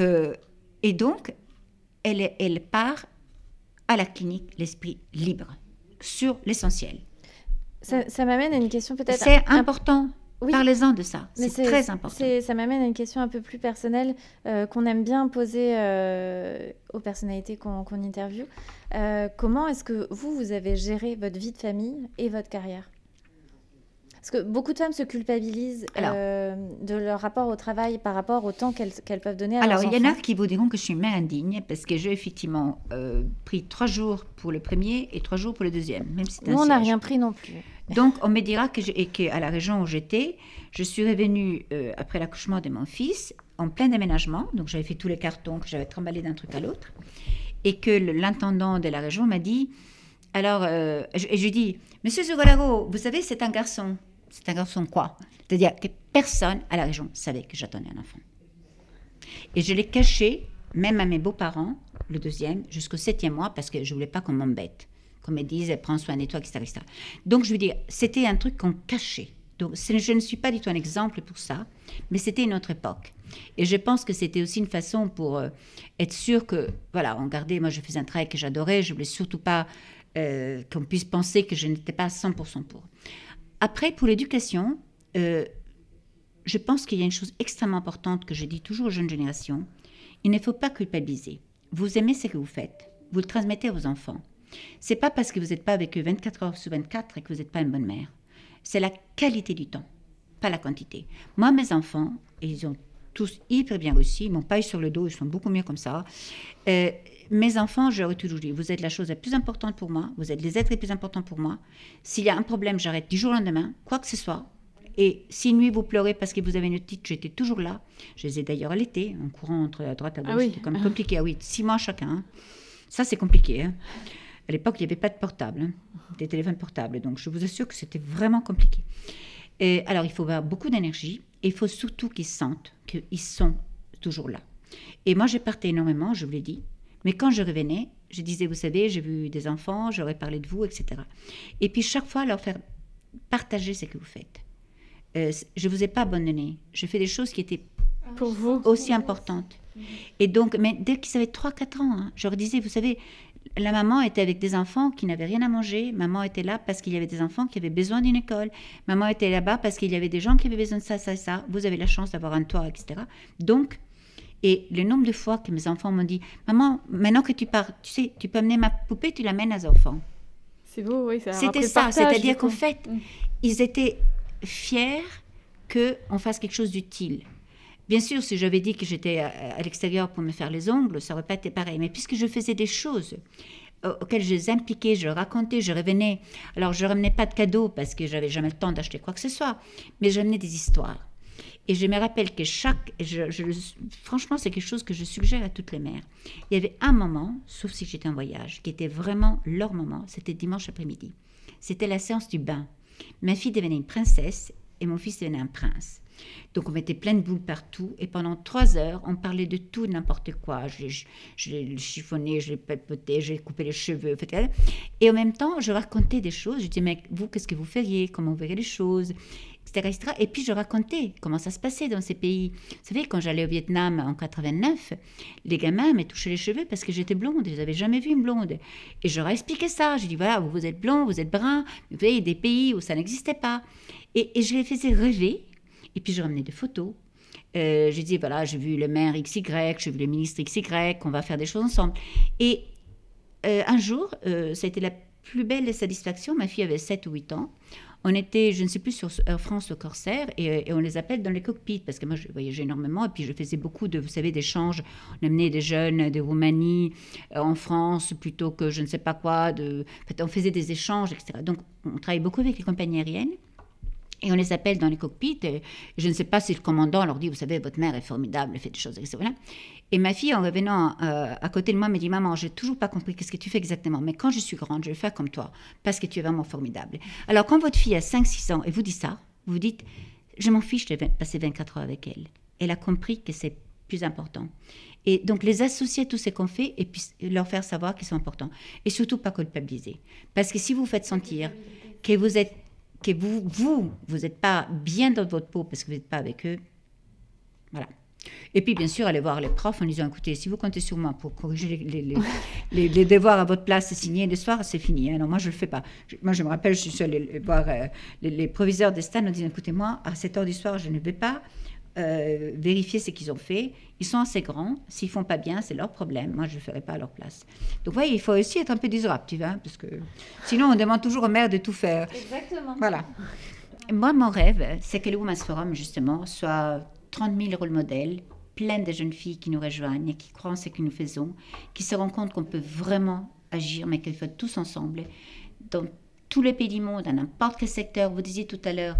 elle part à la clinique, l'esprit libre, sur l'essentiel.
Ça m'amène à une question peut-être...
C'est important. Oui. Parlez-en de ça, c'est très important.
Ça m'amène à une question un peu plus personnelle qu'on aime bien poser aux personnalités qu'on interviewe. Comment est-ce que vous avez géré votre vie de famille et votre carrière ? Parce que beaucoup de femmes se culpabilisent de leur rapport au travail par rapport au temps qu'elles peuvent donner à leurs enfants.
Alors, il y en a qui vous diront que je suis une mère indigne parce que j'ai effectivement pris 3 jours pour le premier et 3 jours pour le deuxième. Même si
nous, on n'a rien pris non plus.
Donc, on me dira qu'à la région où j'étais, je suis revenue après l'accouchement de mon fils en plein déménagement. Donc, j'avais fait tous les cartons que j'avais trimballés d'un truc à l'autre. Et que l'intendant de la région m'a dit... Alors, je lui dis, « Monsieur Zugolaro, vous savez, c'est un garçon. » C'est un garçon quoi ? C'est-à-dire que personne à la région savait que j'attendais un enfant. Et je l'ai caché, même à mes beaux-parents, le deuxième, jusqu'au 7e mois, parce que je ne voulais pas qu'on m'embête. Qu'on me dise, prends soin de toi, etc., etc. Donc, je veux dire, c'était un truc qu'on cachait. Donc, je ne suis pas du tout un exemple pour ça, mais c'était une autre époque. Et je pense que c'était aussi une façon pour être sûr que, voilà, on gardait, moi je faisais un travail que j'adorais, je ne voulais surtout pas qu'on puisse penser que je n'étais pas 100% pour. Après, pour l'éducation, je pense qu'il y a une chose extrêmement importante que je dis toujours aux jeunes générations. Il ne faut pas culpabiliser. Vous aimez ce que vous faites. Vous le transmettez à vos enfants. Ce n'est pas parce que vous n'êtes pas avec eux 24 heures sur 24 que vous n'êtes pas une bonne mère. C'est la qualité du temps, pas la quantité. Moi, mes enfants, ils ont tous hyper bien réussi. Ils ne m'ont pas eu sur le dos, ils sont beaucoup mieux comme ça. Mes enfants, je leur ai toujours dit, vous êtes la chose la plus importante pour moi, vous êtes les êtres les plus importants pour moi. S'il y a un problème, j'arrête du jour au lendemain, quoi que ce soit. Et si une nuit vous pleurez parce que vous avez une otite, j'étais toujours là. Je les ai d'ailleurs allaitées, en courant entre à droite à gauche. C'était quand même compliqué. Ah oui, 6 mois chacun. Hein. Ça, c'est compliqué. Hein. À l'époque, il n'y avait pas de portable, hein, des téléphones portables. Donc, je vous assure que c'était vraiment compliqué. Et alors, il faut avoir beaucoup d'énergie et il faut surtout qu'ils sentent qu'ils sont toujours là. Et moi, j'ai parté énormément, je vous l'ai dit. Mais quand je revenais, je disais, vous savez, j'ai vu des enfants, j'aurais parlé de vous, etc. Et puis, chaque fois, leur faire partager ce que vous faites. Je ne vous ai pas abandonné. Je fais des choses qui étaient
pour vous
aussi importantes Et donc, mais dès qu'ils avaient 3-4 ans, je leur disais, vous savez, la maman était avec des enfants qui n'avaient rien à manger. Maman était là parce qu'il y avait des enfants qui avaient besoin d'une école. Maman était là-bas parce qu'il y avait des gens qui avaient besoin de ça, ça et ça. Vous avez la chance d'avoir un toit, etc. Donc, et le nombre de fois que mes enfants m'ont dit, maman, maintenant que tu pars, tu sais, tu peux amener ma poupée, tu l'amènes aux enfants.
C'est beau, oui.
C'était ça, c'est-à-dire qu'en fait, ils étaient fiers qu'on fasse quelque chose d'utile. Bien sûr, si j'avais dit que j'étais à l'extérieur pour me faire les ongles, ça n'aurait pas été pareil. Mais puisque je faisais des choses auxquelles je les impliquais, je racontais, je revenais. Alors, je ne ramenais pas de cadeaux parce que je n'avais jamais le temps d'acheter quoi que ce soit. Mais je ramenais des histoires. Et je me rappelle que franchement, c'est quelque chose que je suggère à toutes les mères. Il y avait un moment, sauf si j'étais en voyage, qui était vraiment leur moment. C'était dimanche après-midi. C'était la séance du bain. Ma fille devenait une princesse et mon fils devenait un prince. Donc, on mettait plein de boules partout. Et pendant 3 heures, on parlait de tout, n'importe quoi. Je l'ai chiffonné, je l'ai papoté, je l'ai coupé les cheveux, etc. Et en même temps, je racontais des choses. Je disais, mais vous, qu'est-ce que vous feriez? Comment vous verrez les choses? Etc., etc. Et puis, je racontais comment ça se passait dans ces pays. Vous savez, quand j'allais au Vietnam en 89, les gamins me touchaient les cheveux parce que j'étais blonde. Ils n'avaient jamais vu une blonde. Et je leur ai expliqué ça. Je dis, voilà, vous êtes blond, vous êtes brun. Vous voyez, il y a des pays où ça n'existait pas. Et je les faisais rêver. Et puis, je ramenais des photos. Je disais, voilà, j'ai vu le maire XY, j'ai vu le ministre XY, on va faire des choses ensemble. Et un jour, ça a été la plus belle satisfaction. Ma fille avait 7 ou 8 ans. On était, je ne sais plus, sur Air France au Corsair et on les appelle dans les cockpits parce que moi, je voyageais énormément et puis je faisais beaucoup de, vous savez, d'échanges. On amenait des jeunes de Roumanie en France plutôt que je ne sais pas quoi. En fait, on faisait des échanges, etc. Donc, on travaillait beaucoup avec les compagnies aériennes. Et on les appelle dans les cockpits. Et je ne sais pas si le commandant leur dit, vous savez, votre mère est formidable, elle fait des choses, etc. Et ma fille, en revenant à côté de moi, me dit, maman, je n'ai toujours pas compris qu'est-ce que tu fais exactement. Mais quand je suis grande, je vais faire comme toi, parce que tu es vraiment formidable. Alors, quand votre fille a 5-6 ans et vous dit ça, vous vous dites, je m'en fiche de passer 24 heures avec elle. Elle a compris que c'est plus important. Et donc, les associer à tout ce qu'on fait et puis leur faire savoir qu'ils sont importants. Et surtout, pas culpabiliser. Parce que si vous faites sentir que vous êtes que vous n'êtes pas bien dans votre peau parce que vous n'êtes pas avec eux, voilà. Et puis, bien sûr, aller voir les profs en disant, écoutez, si vous comptez sur moi pour corriger les devoirs à votre place signés le soir, c'est fini. Hein. Non, moi, je ne le fais pas. Moi, je me rappelle, je suis allée voir les proviseurs des stades en disant, écoutez, moi, à 7 heures du soir, je ne vais pas vérifier ce qu'ils ont fait. Ils sont assez grands. S'ils ne font pas bien, c'est leur problème. Moi, je ne le ferai pas à leur place. Donc, vous voyez, il faut aussi être un peu disruptif, hein, parce que sinon, on demande toujours aux mères de tout faire.
Exactement.
Voilà. Moi, mon rêve, c'est que le Women's Forum, justement, soit 30 000 rôles modèles, plein de jeunes filles qui nous rejoignent, qui croient en ce que nous faisons, qui se rendent compte qu'on peut vraiment agir, mais qu'il faut être tous ensemble, dans tous les pays du monde, dans n'importe quel secteur. Vous disiez tout à l'heure,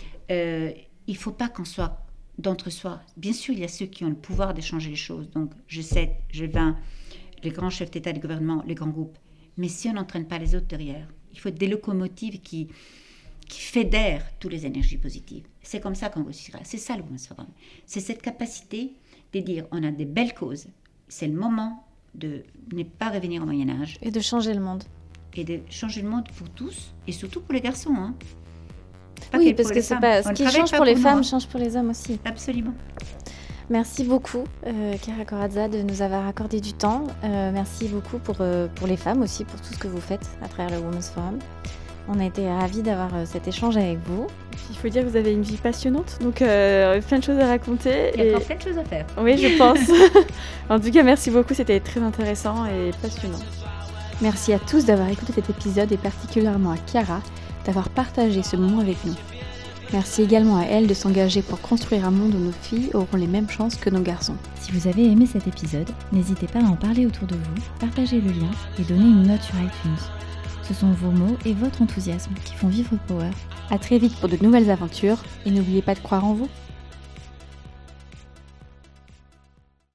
il ne faut pas qu'on soit d'entre soi. Bien sûr, il y a ceux qui ont le pouvoir de changer les choses. Donc, G7, G20, les grands chefs d'État et de gouvernement, les grands groupes. Mais si on n'entraîne pas les autres derrière, il faut des locomotives qui fédèrent toutes les énergies positives. C'est comme ça qu'on réussira. C'est ça le Women's Forum. C'est cette capacité de dire, on a des belles causes. C'est le moment de ne pas revenir au Moyen-Âge.
Et de changer le monde.
Et de changer le monde pour tous, et surtout pour les garçons, hein.
Oui, parce que c'est pas ce qui change pour les femmes change pour les hommes aussi.
Absolument.
Merci beaucoup, Chiara Corazza, de nous avoir accordé du temps. Merci beaucoup pour les femmes aussi, pour tout ce que vous faites à travers le Women's Forum. On a été ravis d'avoir cet échange avec vous.
Il faut dire que vous avez une vie passionnante, donc plein de choses à raconter.
Il y a encore plein de choses à faire.
Oui, je pense. En tout cas, merci beaucoup, c'était très intéressant et passionnant.
Merci à tous d'avoir écouté cet épisode et particulièrement à Chiara d'avoir partagé ce moment avec nous. Merci également à elle de s'engager pour construire un monde où nos filles auront les mêmes chances que nos garçons.
Si vous avez aimé cet épisode, n'hésitez pas à en parler autour de vous, partager le lien et donner une note sur iTunes. Ce sont vos mots et votre enthousiasme qui font vivre Power.
À très vite pour de nouvelles aventures et n'oubliez pas de croire en vous.